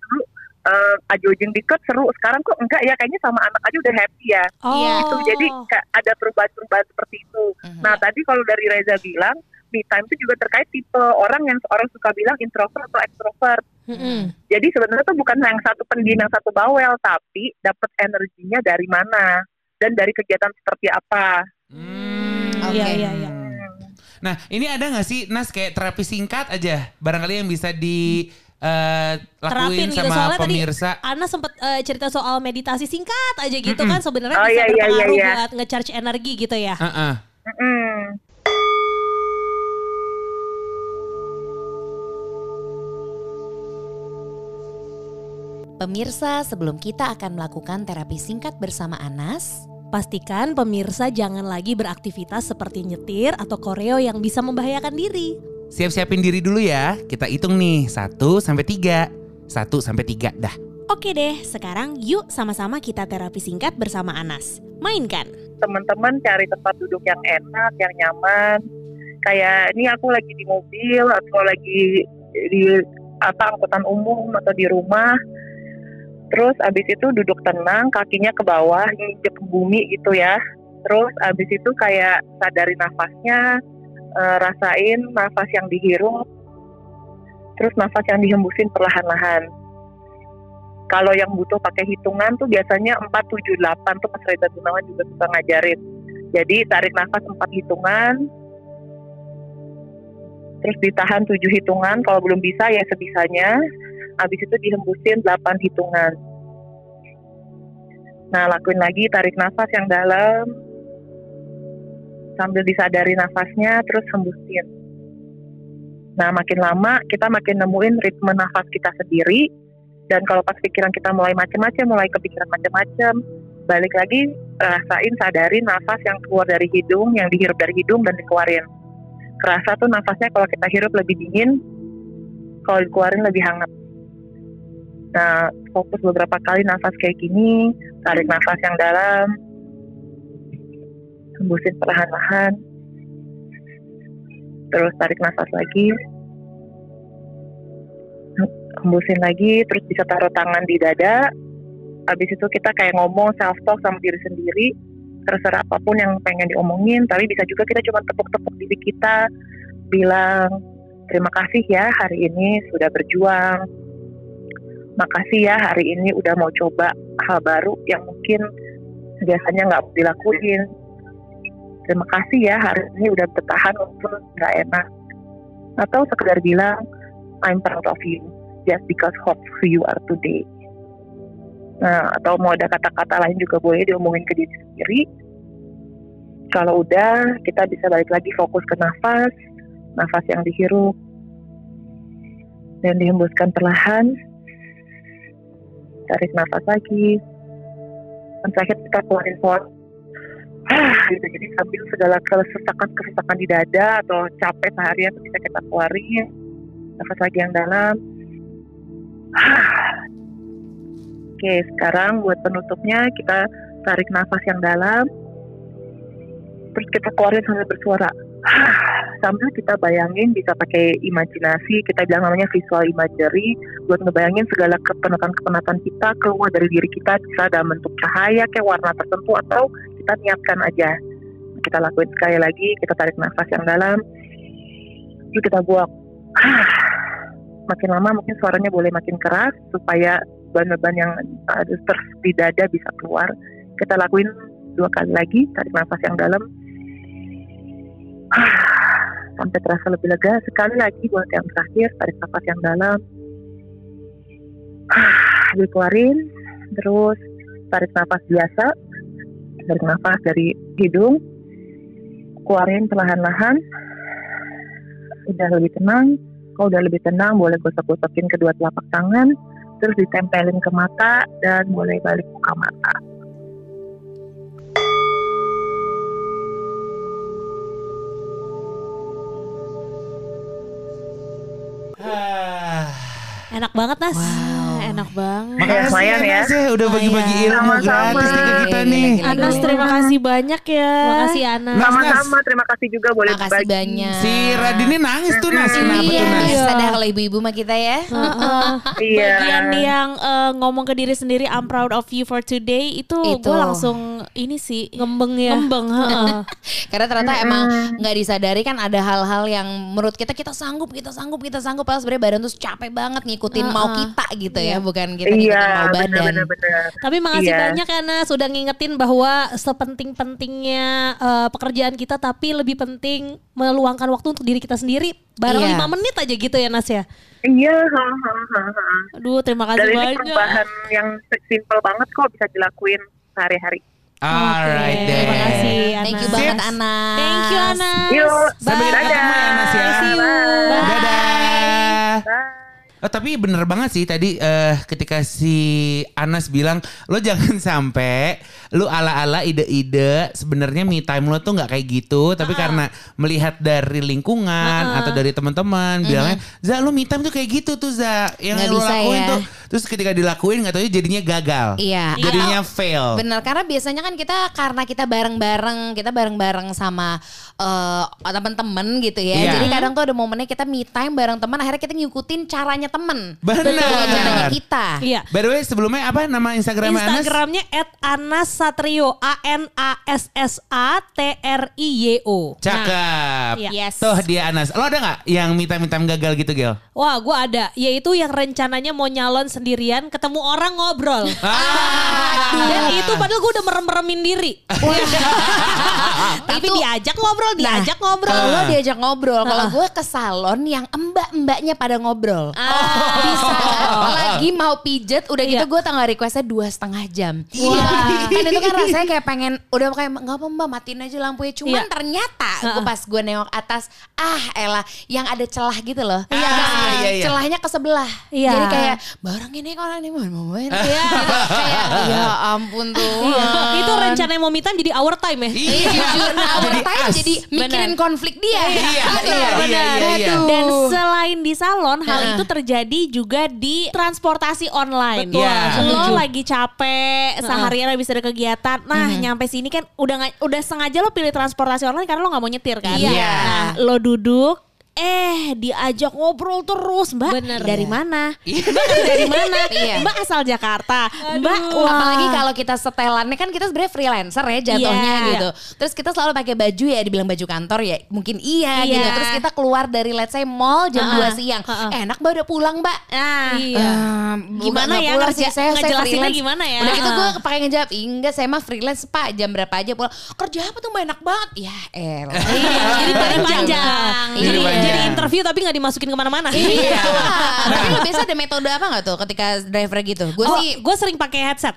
ajojing deket seru, sekarang kok enggak ya, kayaknya sama anak aja udah happy ya. Gitu. Jadi ada perubahan-perubahan seperti itu. Nah tadi kalau dari Reza bilang, me time itu juga terkait tipe orang yang orang suka bilang introvert atau extrovert. Jadi sebenarnya tuh bukan yang satu pendiam yang satu bawel, tapi dapat energinya dari mana dan dari kegiatan seperti apa. Iya. Nah ini ada nggak sih Nas kayak terapi singkat aja barangkali yang bisa di lakuin gitu. sama Soalnya pemirsa. tadi Ana sempat cerita soal meditasi singkat aja gitu kan, sebenarnya bisa berpengaruh buat nge-charge energi gitu ya. Pemirsa, sebelum kita akan melakukan terapi singkat bersama Anas, pastikan pemirsa jangan lagi beraktivitas seperti nyetir atau koreo yang bisa membahayakan diri. Siap-siapin diri dulu ya. Kita hitung nih 1 sampai 3. 1 sampai 3 dah. Oke deh, sekarang yuk sama-sama kita terapi singkat bersama Anas. Mainkan. Teman-teman cari tempat duduk yang enak, yang nyaman. Kayak ini aku lagi di mobil atau lagi di angkutan umum atau di rumah. Terus abis itu duduk tenang, kakinya ke bawah, nginjek ke bumi gitu ya. Terus abis itu kayak sadari nafasnya, rasain nafas yang dihirup, terus nafas yang dihembusin perlahan-lahan. Kalau yang butuh pakai hitungan tuh biasanya 4, 7, 8 tuh Mas Reza Gunawan juga suka ngajarin. Jadi tarik nafas 4 hitungan, terus ditahan 7 hitungan, kalau belum bisa ya sebisanya, habis itu dihembusin 8 hitungan. Nah, lakuin lagi, tarik nafas yang dalam, sambil disadari nafasnya, terus hembusin. Nah, makin lama kita makin nemuin ritme nafas kita sendiri. Dan kalau pas pikiran kita mulai macam-macam, mulai kepikiran macam-macam, balik lagi rasain, sadarin nafas yang keluar dari hidung, yang dihirup dari hidung dan dikeluarin. Kerasa tuh nafasnya kalau kita hirup lebih dingin, kalau dikeluarin lebih hangat. Nah, fokus beberapa kali nafas kayak gini, tarik nafas yang dalam, hembusin perlahan-lahan, terus tarik nafas lagi, hembusin lagi, terus bisa taruh tangan di dada. Habis itu kita kayak ngomong self-talk sama diri sendiri, terserah apapun yang pengen diomongin, tapi bisa juga kita cuma tepuk-tepuk diri kita, bilang, terima kasih ya hari ini sudah berjuang, makasih ya hari ini udah mau coba hal baru yang mungkin biasanya nggak dilakuin, terima kasih ya hari ini udah bertahan walaupun nggak enak, atau sekedar bilang, I'm proud of you. Just because of who you are today. Nah, atau mau ada kata-kata lain juga boleh diomongin ke diri sendiri. Kalau udah, kita bisa balik lagi fokus ke nafas yang dihirup dan dihembuskan perlahan. Tarik nafas lagi. Dan terakhir kita keluarin form. Gitu. Jadi sambil segala kesesakan di dada atau capek seharian bisa kita keluarin. Nafas lagi yang dalam. Oke, sekarang buat penutupnya kita tarik nafas yang dalam, terus kita keluarin sambil bersuara. Sambil kita bayangin, bisa pakai imajinasi, kita bilang namanya visual imagery, buat ngebayangin segala kepenatan kita keluar dari diri kita, bisa dalam bentuk cahaya, kayak warna tertentu, atau kita niatkan aja. Kita lakuin sekali lagi, kita tarik nafas yang dalam, terus kita buang. Makin lama mungkin suaranya boleh makin keras supaya beban-beban yang ada di dada bisa keluar. Kita lakuin 2 kali lagi, tarik nafas yang dalam sampai terasa lebih lega. Sekali lagi buat yang terakhir, tarik nafas yang dalam, dikeluarin, terus tarik nafas biasa, tarik nafas dari hidung, keluarin perlahan-lahan. Udah lebih tenang. Kalau udah lebih tenang, boleh gosok-gosokin kedua telapak tangan, terus ditempelin ke mata, dan boleh balik buka mata. Enak banget, Nas. Enak banget. Makasih ya, Nas ya, udah bagi-bagi ilmu Sama-sama. gratis nih ke kita nih. Anas, terima kasih banyak ya. Makasih Anas. Sama-sama, terima kasih juga boleh Makasih berbagi. banyak. Si Radini nangis tuh, Nas. Kenapa Iya, tuh, Nas? sadar kalau ibu-ibu mah kita ya. Iya. Bagian yang ngomong ke diri sendiri, I'm proud of you for today, itu Itu. gue langsung ini sih Ngembeng ya. ngembeng. heeh. Karena ternyata emang nggak disadari kan ada hal-hal yang menurut kita sanggup, padahal sebenarnya badan tuh capek banget ngikutin mau kita gitu ya, bukan kita ngikutin mau badan. Benar. Tapi makasih Iya. banyak ya Nas, sudah ngingetin bahwa sepenting-pentingnya pekerjaan kita, tapi lebih penting meluangkan waktu untuk diri kita sendiri. Bareng Iya. 5 menit aja gitu ya Nas ya. Iya. Aduh, terima kasih Dan ini banyak. perubahan yang simple banget kok bisa dilakuin sehari-hari. Alright deh. Terima kasih Anas. Thank you banget Sips. Anas. Thank you Anas. Yuk, Sampai kita ketemu ya, Nas ya. See you. Bye. Dadah. Bye. Oh, tapi bener banget sih tadi ketika si Anas bilang lo jangan sampai lo ala-ala ide-ide sebenarnya me time lo tuh nggak kayak gitu, tapi karena melihat dari lingkungan atau dari teman-teman bilangnya, Za lo me time tuh kayak gitu tuh Za, yang Nggak lo bisa lakuin ya. tuh, terus ketika dilakuin nggak tahu jadinya gagal, Iya. jadinya fail. Bener, karena biasanya kan karena kita bareng-bareng sama teman-teman gitu ya. Iya. Jadi kadang tuh ada momennya kita me time bareng teman, akhirnya kita ngikutin caranya teman. Benar. Caranya kita. Iya. By the way sebelumnya apa nama Instagramnya Anas? Instagramnya @anas Anasatrio, ANASSATRIYO. Cakep. Nah, yes. Tuh dia Anas. Lo ada gak yang mitam-mitam gagal gitu Gel? Wah, gue ada. Yaitu yang rencananya mau nyalon sendirian, ketemu orang ngobrol. Dan itu padahal gue udah merem-meremin diri. Tapi diajak ngobrol, diajak ngobrol. Kalau lo diajak ngobrol, kalau gue ke salon yang mbak-mbaknya pada ngobrol. Di saat lagi mau pijet, udah gitu gue tanggal requestnya 2,5 jam. Kan itu kan rasanya kayak pengen, udah kayak nggak apa mbak matiin aja lampunya. Cuman ternyata gue pas gue nengok atas, elah yang ada celah gitu loh. Iya. Celahnya ke sebelah. Iya. Jadi kayak barang ini kalau ini mau kayak ya ampun tuh. Itu rencananya mau me time jadi our time ya. Jujur our time jadi mikirin konflik dia. Iya. Dan selain di salon, hal itu terjadi juga di transportasi online. Betul, Lo lagi capek, seharian habis ada kegiatan. Nah, nyampe sini kan udah sengaja lo pilih transportasi online karena lo nggak mau nyetir kan. Iya. Nah, lo duduk. Diajak ngobrol terus, Mbak. Bener. Dari mana? Mbak dari mana? Mbak asal Jakarta. Mbak, apalagi kalau kita setelannya kan kita sebenarnya freelancer ya jatuhnya gitu. Terus kita selalu pakai baju ya, dibilang baju kantor ya, mungkin gitu. Terus kita keluar dari let's say mall jam 2 siang. Enak Mbak udah pulang, Mbak. Gimana ya pulang sih, saya ngejelasinnya freelance. gimana ya? Udah gitu gue pakai ngejawab, enggak saya mah freelance Pak, jam berapa aja pulang. Kerja apa tuh Mbak, enak banget. Ya elah. Jadi panjang. Jadi Jadi interview tapi gak dimasukin kemana-mana. Tapi lo biasa ada metode apa gak tuh ketika driver gitu? Gue sering pakai headset.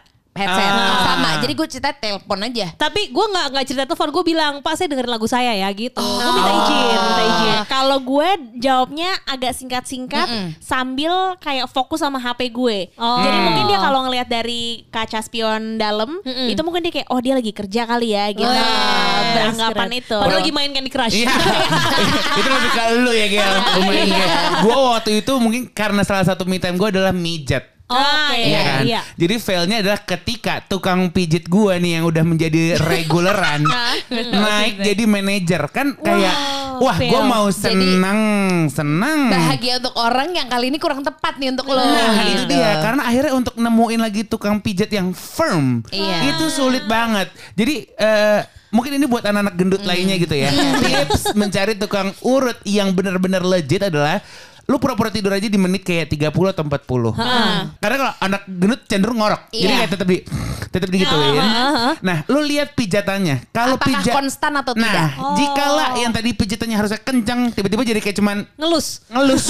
Sama. Jadi gue cerita telepon aja. Tapi gue nggak cerita telepon, gue bilang Pak saya dengerin lagu saya ya gitu. Gue minta izin. Kalau gue jawabnya agak singkat-singkat sambil kayak fokus sama HP gue. Jadi mungkin dia kalau ngelihat dari kaca spion dalam itu mungkin dia kayak dia lagi kerja kali ya gitu. Beranggapan itu. Padahal lagi main Candy Crush. Iya. Itu lebih ke lu ya Gel. Gue waktu itu mungkin karena salah satu me time gue adalah mijet. Iya kan? Jadi failnya adalah ketika tukang pijit gue nih yang udah menjadi reguleran naik jadi manajer kan kayak gue mau senang bahagia untuk orang yang kali ini kurang tepat nih untuk lo. Nah itu dia karena akhirnya untuk nemuin lagi tukang pijit yang firm itu sulit banget. Jadi mungkin ini buat anak-anak gendut lainnya gitu ya. Tips mencari tukang urut yang benar-benar legit adalah lu pura-pura tidur aja di menit kayak 30 atau 40. Karena kalau anak gendut cenderung ngorok. Jadi kayak tetap digituin. Nah, lu lihat pijatannya. Kalau apakah konstan atau tidak? Nah, jikalau yang tadi pijatannya harusnya kencang, tiba-tiba jadi kayak cuman ngelus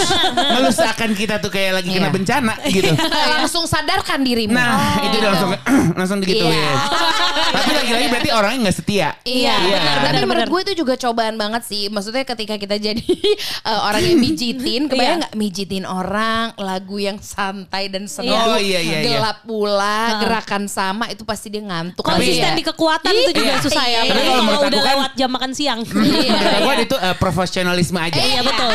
akan kita tuh kayak lagi kena bencana gitu. Langsung sadarkan dirimu. Nah, itu udah langsung digituin. Tapi lagi-lagi berarti orangnya nggak setia. Tapi menurut gue itu juga cobaan banget sih. Maksudnya ketika kita jadi orang yang mijitin, kebayang nggak mijitin orang, lagu yang santai dan sendu, gelap pula, gerakan sama, itu pasti dia ngantuk. Konsisten di kekuatan itu juga susah ya. Kalau udah lewat jam makan siang. Menurut gue itu profesionalisme aja. Betul.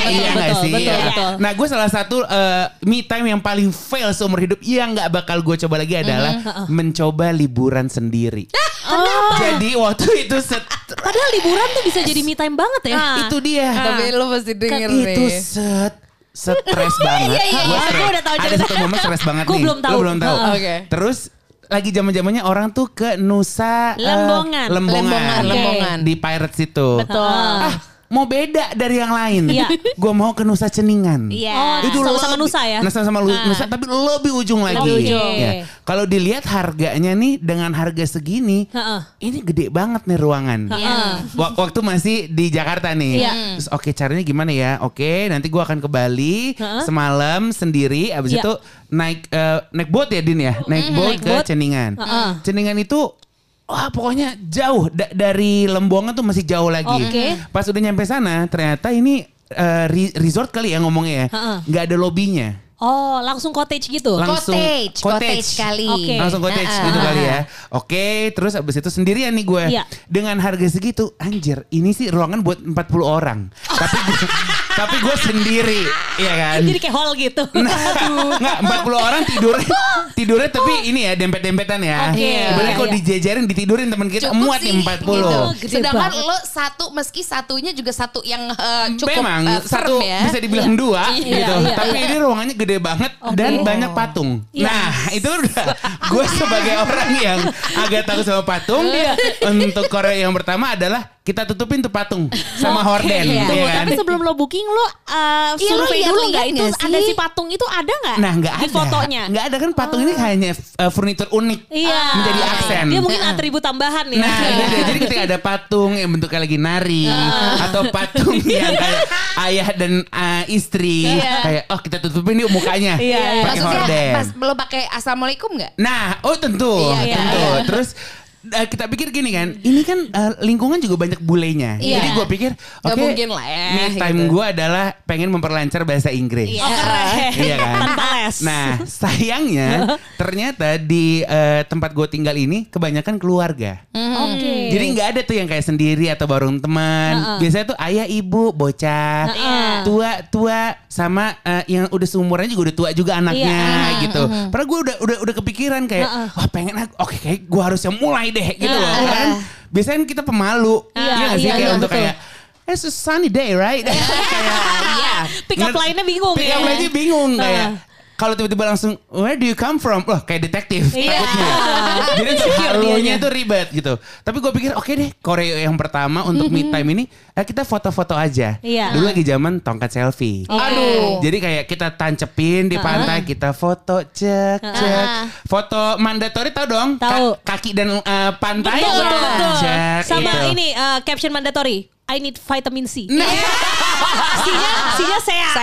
Nah, gue salah satu me time yang paling fail seumur hidup yang nggak bakal gue coba lagi adalah mencoba liburan sendiri. Jadi waktu itu padahal liburan tuh bisa jadi me time banget ya. Itu dia. Tapi lo pasti denger nih. Itu stres banget. Gue udah tahu ada satu momen stres banget nih. Gue belum tahu. Lu belum tahu. Terus lagi zaman-zamannya orang tuh ke Nusa Lembongan di Pirates itu. Betul. Mau beda dari yang lain. Gue mau ke Nusa Ceningan. Itu sama Nusa ya. Sama Nusa tapi lebih ujung lagi. Ya. Kalau dilihat harganya nih dengan harga segini, ini gede banget nih ruangan. Waktu masih di Jakarta nih. Terus oke, caranya gimana ya? Oke, nanti gue akan ke Bali semalam sendiri. Abis itu naik boat ya Din ya, naik boat ke Ceningan. Ceningan itu pokoknya jauh dari Lembongan tuh masih jauh lagi. Pas udah nyampe sana ternyata ini resort kali ya ngomongnya ya. Nggak ada lobbynya. Langsung cottage gitu. Cottage kali. Langsung cottage gitu kali ya. Terus abis itu sendirian nih gue. Dengan harga segitu, anjir, ini sih ruangan buat 40 orang. tapi gue sendiri, iya kan? Jadi kayak hall gitu. Enggak, 40 orang tidurnya tapi ini ya dempet-dempetan ya. Sebenarnya kalau dijejerin ditidurin teman kita Cukup muat sih, nih 40. gitu. Sedangkan lo satu meski satunya juga satu yang cukup Memang firm satu ya. bisa dibilang dua gitu. Tapi ini ruangannya gede banget dan banyak patung. Nah, itu udah gue sebagai orang yang agak takut sama patung. Untuk Korea yang pertama adalah kita tutupin tuh patung sama horden, ya kan? Tapi sebelum lo booking lo survei lo dulu lihat nggak itu nggak sih? ada si patung itu ada nggak? Nah, nggak di ada fotonya. Nggak ada kan patung ini hanya furnitur unik menjadi aksen. Dia mungkin atribut tambahan ya. Nah, jadi ketika ada patung yang bentuknya lagi nari atau patung yang kayak ayah dan istri kayak kita tutupin yuk mukanya pakai Maksudnya horden. pas lo pakai assalamualaikum nggak? Nah, tentu. Terus kita pikir gini kan, ini kan lingkungan juga banyak bulenya. Jadi gue pikir, Gak mungkin lah ya. me time gue adalah pengen memperlancar bahasa Inggris. Iya kan? Tanpa les. Nah, sayangnya ternyata di tempat gue tinggal ini kebanyakan keluarga. Jadi nggak ada tuh yang kayak sendiri atau bareng teman. Biasanya tuh ayah, ibu, bocah, tua sama yang udah seumurannya juga udah tua juga anaknya gitu. Padahal gue udah kepikiran kayak wah pengen kayak gue harus yang mulai deh gitu loh kan. Biasanya kita pemalu. Iya nggak sih kayak untuk kayak it's a sunny day right? Kayak Pick up line-nya bingung Pick up line-nya bingung kayak kalau tiba-tiba langsung where do you come from? Wah kayak detektif takutnya. Jadi untuk halunya itu ribet gitu. Tapi gue pikir oke deh Korea yang pertama untuk me time ini kita foto-foto aja. Dulu lagi zaman tongkat selfie. Aduh. Jadi kayak kita tancepin di pantai kita foto cek. Foto mandatory tau dong? Tahu. Kaki dan pantai. Betul. Cek Sama gitu. ini caption mandatory. I need vitamin C. Nah. C-nya sehat.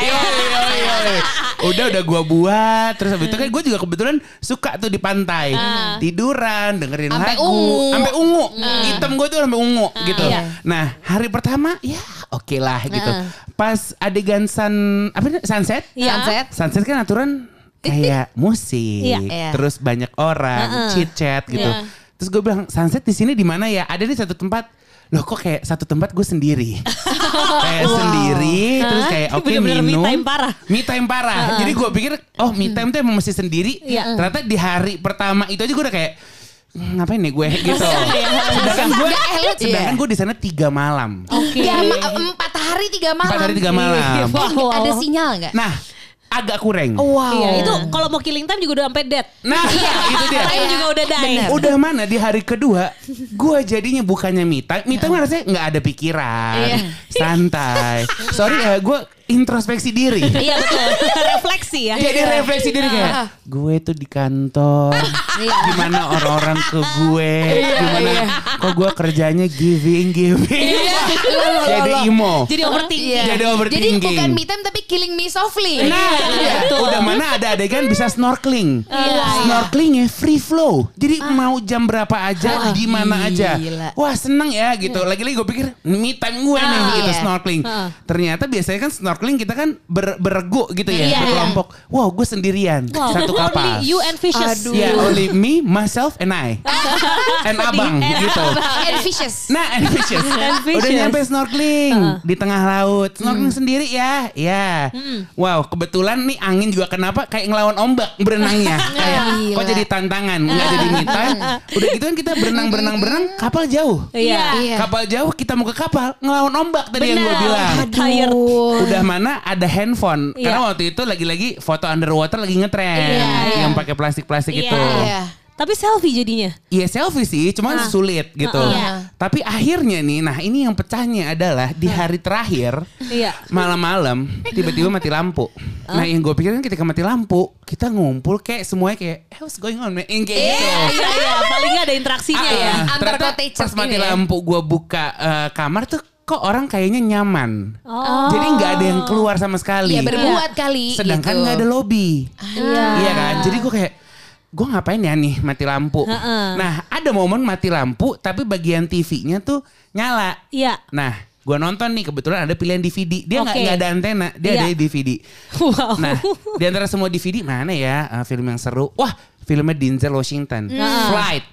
Udah gue buat. Terus habis itu kan gue juga kebetulan suka tuh di pantai. Tiduran, dengerin Ampe lagu. ungu. Sampai ungu. Hitam gue tuh sampai ungu gitu. Nah hari pertama ya oke lah gitu. Pas adegan sunset. Sunset kan aturan kayak musik. Terus banyak orang chit-chat gitu. Terus gue bilang sunset di sini di mana ya? Ada di satu tempat. Loh kok kayak satu tempat gue sendiri. Kayak sendiri. Terus kayak oke minum. Me time parah. Jadi gue pikir me time tuh emang mesti sendiri. Ternyata di hari pertama itu aja gue udah kayak ngapain nih gue gitu. Sedangkan gue di sana 3 malam. 4 hari 3 malam. 4 hari 3 malam. Ada sinyal nggak? Nah agak kurang. Iya, itu kalau mau killing time juga udah sampai dead. Nah, itu dia. Time juga udah die. Udah mana di hari kedua, gue jadinya bukannya me time. Me time rasanya nggak ada pikiran, santai. Sorry gue introspeksi diri. Iya betul. Refleksi ya. Jadi refleksi diri kayak gue tuh di kantor, gimana orang-orang ke gue, gimana kok gue kerjanya giving. Jadi emo. Jadi overthinking. Jadi overthinking. Jadi bukan me time tapi killing me softly. Nah, udah mana ada adegan bisa snorkeling. Snorkelingnya free flow. Jadi mau jam berapa aja, di mana aja. Wah, seneng ya gitu. Lagi-lagi gue pikir me time gue nih gitu snorkeling. Ternyata biasanya kan snorkeling kita kan beregu gitu ya, berkelompok. Wow, gue sendirian satu kapal. Only you and fishes. Yeah, only me, myself, and I. And abang gitu. And fishes. Nah, and fishes. Udah nyampe snorkeling di tengah laut. Snorkeling sendiri ya. Ya. Wow, kebetulan nih angin juga kenapa kayak ngelawan ombak berenangnya. Kayak kok jadi tantangan, nggak jadi me time. Udah gitu kan kita berenang, kapal jauh. Kapal jauh, kita mau ke kapal ngelawan ombak tadi yang gue bilang. Udah mana ada handphone. Karena waktu itu lagi-lagi foto underwater lagi ngetren. Yang pakai plastik-plastik itu. Tapi selfie jadinya. Iya selfie sih, cuman sulit gitu. Tapi akhirnya nih, nah ini yang pecahnya adalah di hari terakhir, malam-malam tiba-tiba mati lampu. Nah yang gue pikirin ketika mati lampu, kita ngumpul kayak semuanya kayak, what's going on man? Kayak gitu. Iya, paling gak ada interaksinya ya. Antar Ternyata cottage pas mati ini ya. lampu gue buka kamar tuh, kok orang kayaknya nyaman. Jadi nggak ada yang keluar sama sekali. Ya berbuat kali. Sedangkan nggak ada lobby. Iya kan. Jadi gue kayak gue ngapain ya nih mati lampu. Nah ada momen mati lampu tapi bagian TV-nya tuh nyala. Iya. Nah gue nonton nih kebetulan ada pilihan DVD. Dia nggak ada antena. Dia ada DVD. Wow. Nah di antara semua DVD mana ya film yang seru. Wah filmnya Denzel Washington. Flight.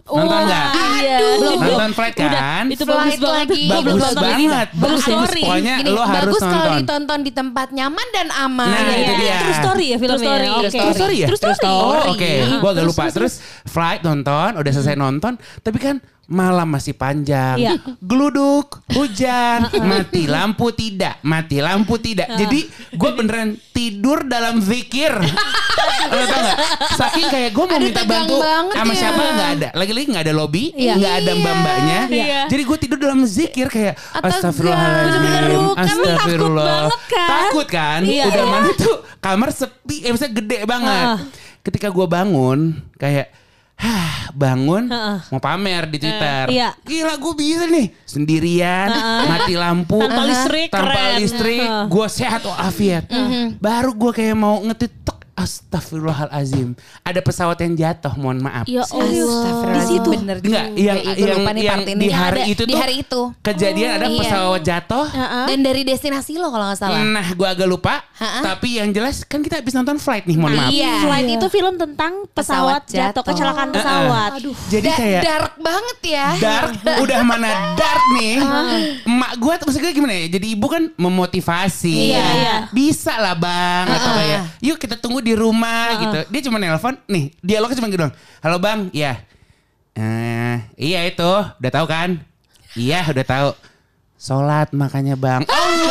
Nonton nggak? Iya. Nonton Flight kan? Itu bagus Flight banget. lagi. Gua belum Bagus nonton lagi. banget. Bagus ya. Pokoknya Gini, lo harus bagus kalau nonton. ditonton di tempat nyaman dan aman. Nah, itu dia. True story ya filmnya. True story. Oke. True story ya? True story. Oh oke, gue agak lupa. Terus Flight nonton, udah selesai nonton, tapi kan malam masih panjang, Iya. geluduk, hujan, mati lampu tidak. Jadi gue beneran tidur dalam zikir. Lo tau gak? Saking kayak gue mau minta tegang bantu banget sama ya. siapa nggak ada. Lagi-lagi nggak ada lobby, Iya. nggak ada mbak-mbaknya. Iya. Jadi gue tidur dalam zikir kayak Bener-bener astagfirullahaladzim, lu kan takut astagfirullah. banget kan? Takut kan? Iya. Udah mana tuh kamar sepi, misalnya gede banget. Ketika gue bangun kayak bangun mau pamer di Twitter. Iya. Gila gue bisa nih sendirian, mati lampu, Tanpa listrik, tanpa keren. listrik, gue sehat walafiat. Baru gue kayak mau ngetit astagfirullahalazim. Ada pesawat yang jatuh, mohon maaf. Ya Allah. Di situ. Bener Enggak, juga. yang Gue lupa nih part ini. di hari Ada, itu di tuh hari itu. kejadian ada Iya. pesawat jatuh. Dan dari destinasi lo kalau nggak salah. Nah, gue agak lupa. Tapi yang jelas kan kita habis nonton Flight nih, mohon maaf. Iya. Flight itu film tentang pesawat jatuh, kecelakaan pesawat. Jadi kayak Dark banget ya. dark, udah mana dark nih. Emak gue tuh maksudnya gimana ya? Jadi ibu kan memotivasi. Iya, iya. Bisa lah bang. Atau kayak, yuk kita tunggu di rumah gitu. Dia cuma nelpon, nih dialognya cuma gitu doang. Halo bang, iya. Iya itu, udah tahu kan? Iya udah tahu. Sholat makanya bang.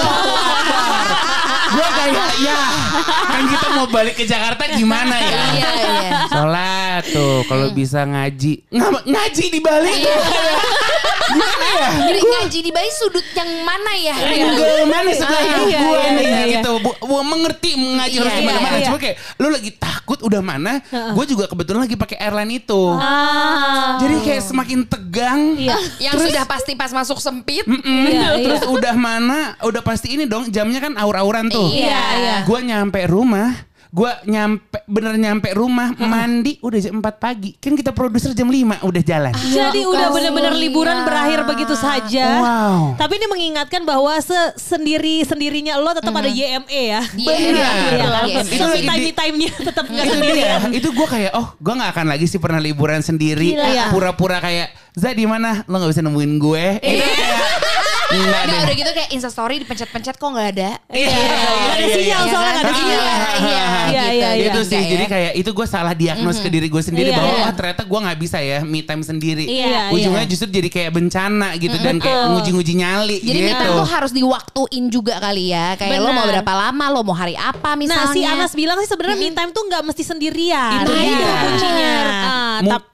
Gue kayak ya kan kita mau balik ke Jakarta gimana ya? Iya, iya. Sholat tuh kalau bisa ngaji. Ngaji di Bali. Gimana ya? Jadi ngaji di Bali sudut yang mana ya? Angle mana sebenarnya Iya, gue iya, nih iya, gitu. Gue mengerti mengaji harus Iya, gimana. iya. Cuma kayak lu lagi takut udah mana. Gue juga kebetulan lagi pakai airline itu. Jadi kayak semakin tegang. Yang sudah pasti pas masuk sempit. Terus udah mana. Udah pasti ini dong. Jamnya kan aur-auran tuh. Iya, iya. Gue nyampe rumah. Bener nyampe rumah mandi udah jam 4 pagi. Kan kita produser jam 5 udah jalan. Jadi udah benar-benar liburan berakhir begitu saja. Wow. Tapi ini mengingatkan bahwa sendirinya lo tetap ada YME ya. Benar. Kan? Itu lagi di- Time-nya tetap nggak Itu sendiri. dia. Itu gue kayak gue nggak akan lagi sih pernah liburan sendiri. Gila. Pura-pura kayak Za di mana? Lo nggak bisa nemuin gue. Itu kayak enggak Nggak, deh. udah gitu kayak Instastory dipencet-pencet kok nggak ada. Iya. Nggak ada sinyal soalnya nggak ada sinyal. Iya, Itu sih Enggak jadi ya. kayak itu gue salah diagnos ke diri gue sendiri Iya, bahwa iya. ternyata gue nggak bisa ya me time sendiri. Iya, Ujungnya justru jadi kayak bencana gitu dan kayak nguji-nguji nyali Jadi gitu. kita tuh harus diwaktuin juga kali ya. Kayak lo mau Benar. berapa lama, lo mau hari apa misalnya. Nah si Anas bilang sih sebenarnya me time tuh nggak mesti sendirian. Itu dia. kuncinya. Mu-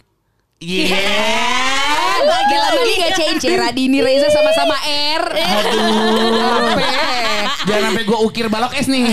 Yeah. Lagi gak CNC Radini Reza sama-sama R. Aduh. Jangan sampai gue ukir balok es nih.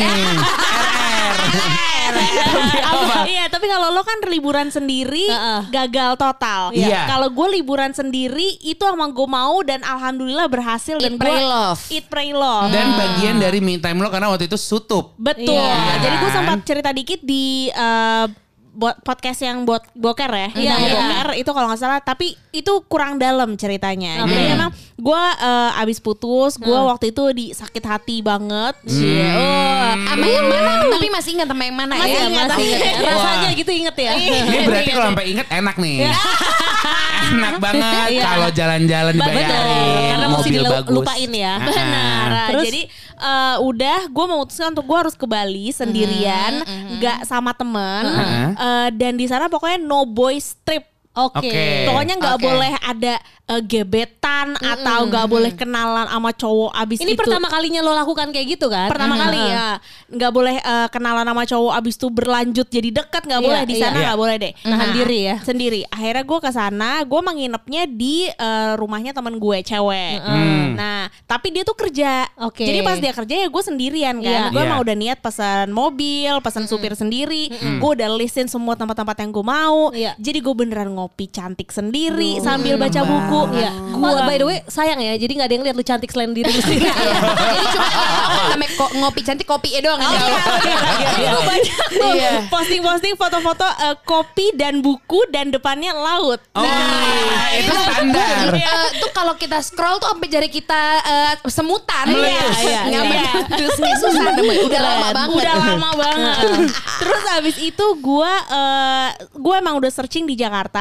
Iya, tapi kalau lo kan liburan sendiri gagal total. Iya. Kalau gue liburan sendiri itu emang gue mau dan alhamdulillah berhasil dan Eat, pray, gue love. Eat, pray, love. Dan bagian dari me time lo karena waktu itu sutup. Betul. Iya. Jadi gue Kan? sempat cerita dikit di podcast yang buat boker ya. Iya, Nama iya. boker itu kalau nggak salah. Tapi itu kurang dalam ceritanya. Jadi emang gue abis putus, gue waktu itu sakit hati banget. Sama yang mana? Tapi masih ingat sama yang mana Masih ya? ingat. Masih ingat. Wah. Rasanya gitu inget ya. Ini berarti kalau sampai inget enak nih. Enak banget kalau jalan-jalan dibayarin, Karena mesti mobil bagus. dilupain ya. Benar. Terus? Jadi udah gue memutuskan untuk gue harus ke Bali sendirian, nggak sama temen. Dan di sana pokoknya no boys trip. Oke. Pokoknya nggak Oke. boleh ada gebetan atau nggak boleh kenalan sama cowok abis Ini itu. pertama kalinya lo lakukan kayak gitu kan? Pertama kali ya, nggak boleh kenalan sama cowok abis itu berlanjut jadi deket, nggak boleh di sana, iya. nggak boleh deh. Nahan diri ya. Sendiri. Akhirnya gue ke sana, gue menginapnya di rumahnya temen gue cewek. Nah, tapi dia tuh kerja. Oke. Jadi pas dia kerja ya gue sendirian kan. Iya. Gue Iya. mau udah niat pesan mobil, pesan supir sendiri. Gue udah listin semua tempat-tempat yang gue mau. Iya. Jadi gue beneran ngopi cantik sendiri sambil baca buku. Iya. Oh, by the way sayang ya, jadi nggak ada yang lihat lu cantik selain diri lu sendiri. Jadi cuma namanya ngopi cantik kopi doang. Gue banyak tuh Iya. posting-posting foto-foto kopi dan buku dan depannya laut. Oh, itu standar. Tuh kalau kita scroll tuh sampai jari kita semutan. Iya. Terus kayak susah temen. Udah lama banget. Udah lama banget. Terus abis itu gue emang udah searching di Jakarta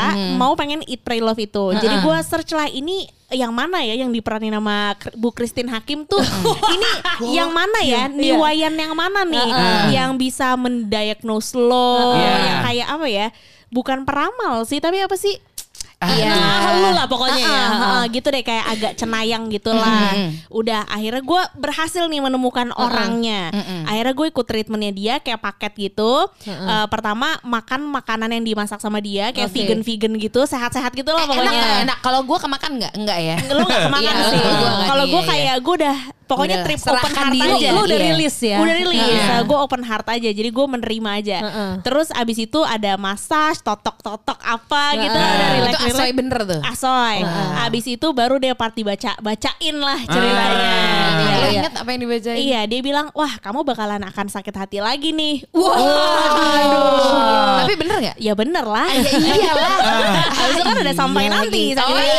mau pengen Eat Pray Love itu. Jadi gue search lah ini yang mana ya yang diperanin sama Bu Christine Hakim tuh. Ini yang mana ya? Niwayan yang mana nih yang bisa mendiagnose lo, yang kayak apa ya? Bukan peramal sih, tapi apa sih? Lu lah pokoknya gitu deh, kayak agak cenayang gitulah. Udah akhirnya gue berhasil nih menemukan orangnya. Akhirnya gue ikut treatmentnya dia kayak paket gitu. Pertama makan makanan yang dimasak sama dia kayak vegan gitu, sehat-sehat gitu lah pokoknya. Enak. Kalau gue kemakan enggak ya? Lu gak kemakan sih. Kalau gue kayak gue udah pokoknya udah, trip open heart aja. Lu udah rilis ya? Udah rilis. Gue open heart aja. Jadi gue menerima aja. Terus abis itu ada massage, totok apa gitu. Ada itu asoy bener tuh. Asoy. Abis itu baru dia party bacain lah ceritanya. Lo inget apa yang dibacain? Iya, dia bilang, wah kamu bakalan akan sakit hati lagi nih. Waduh. Tapi bener gak? Ya bener lah. Ya iyalah. Habis itu kan udah sampai nanti.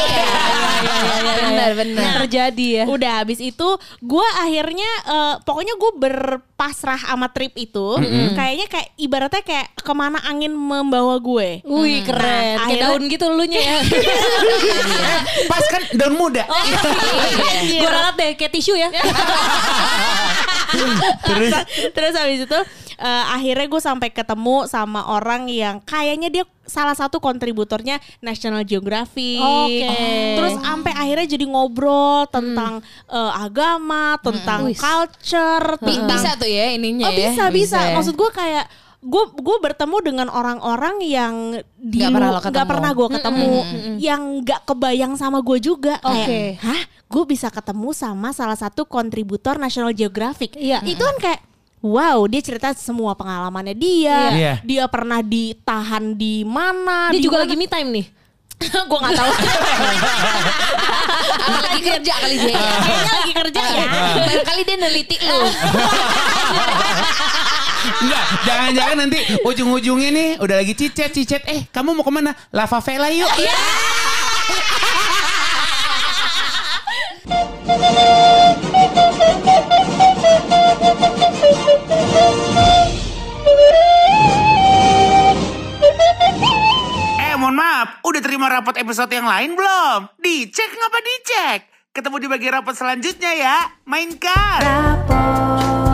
Bener. Terjadi ya. Udah habis itu gue akhirnya pokoknya gue berpasrah sama trip itu. Kayaknya kayak ibaratnya kayak kemana angin membawa gue. Wih keren. Kayak daun gitu lunya ya. Pas kan daun muda. Gue ralat deh kayak tisu ya. Terus habis itu akhirnya gue sampai ketemu sama orang yang kayaknya dia salah satu kontributornya National Geographic. Terus sampai akhirnya jadi ngobrol tentang agama, tentang culture, Bisa tuh ya ininya ya. Bisa. Maksud gue kayak gue bertemu dengan orang-orang yang nggak pernah gue ketemu, yang nggak kebayang sama gue juga. Kayak, hah? Gue bisa ketemu sama salah satu kontributor National Geographic. Itu kan kayak, wow, dia cerita semua pengalamannya dia. Dia pernah ditahan di mana? Dia juga lagi me time nih. Gue nggak tahu. Lagi kerja kali dia. Kayaknya lagi kerja ya. Barangkali dia neliti lu. Enggak, jangan-jangan nanti ujung-ujungnya nih udah lagi cicet. Kamu mau kemana? Lava Vela yuk. Mohon maaf, udah terima rapot episode yang lain belum? Dicek ngapa dicek? Ketemu di bagian rapot selanjutnya ya. Mainkan. Rapot.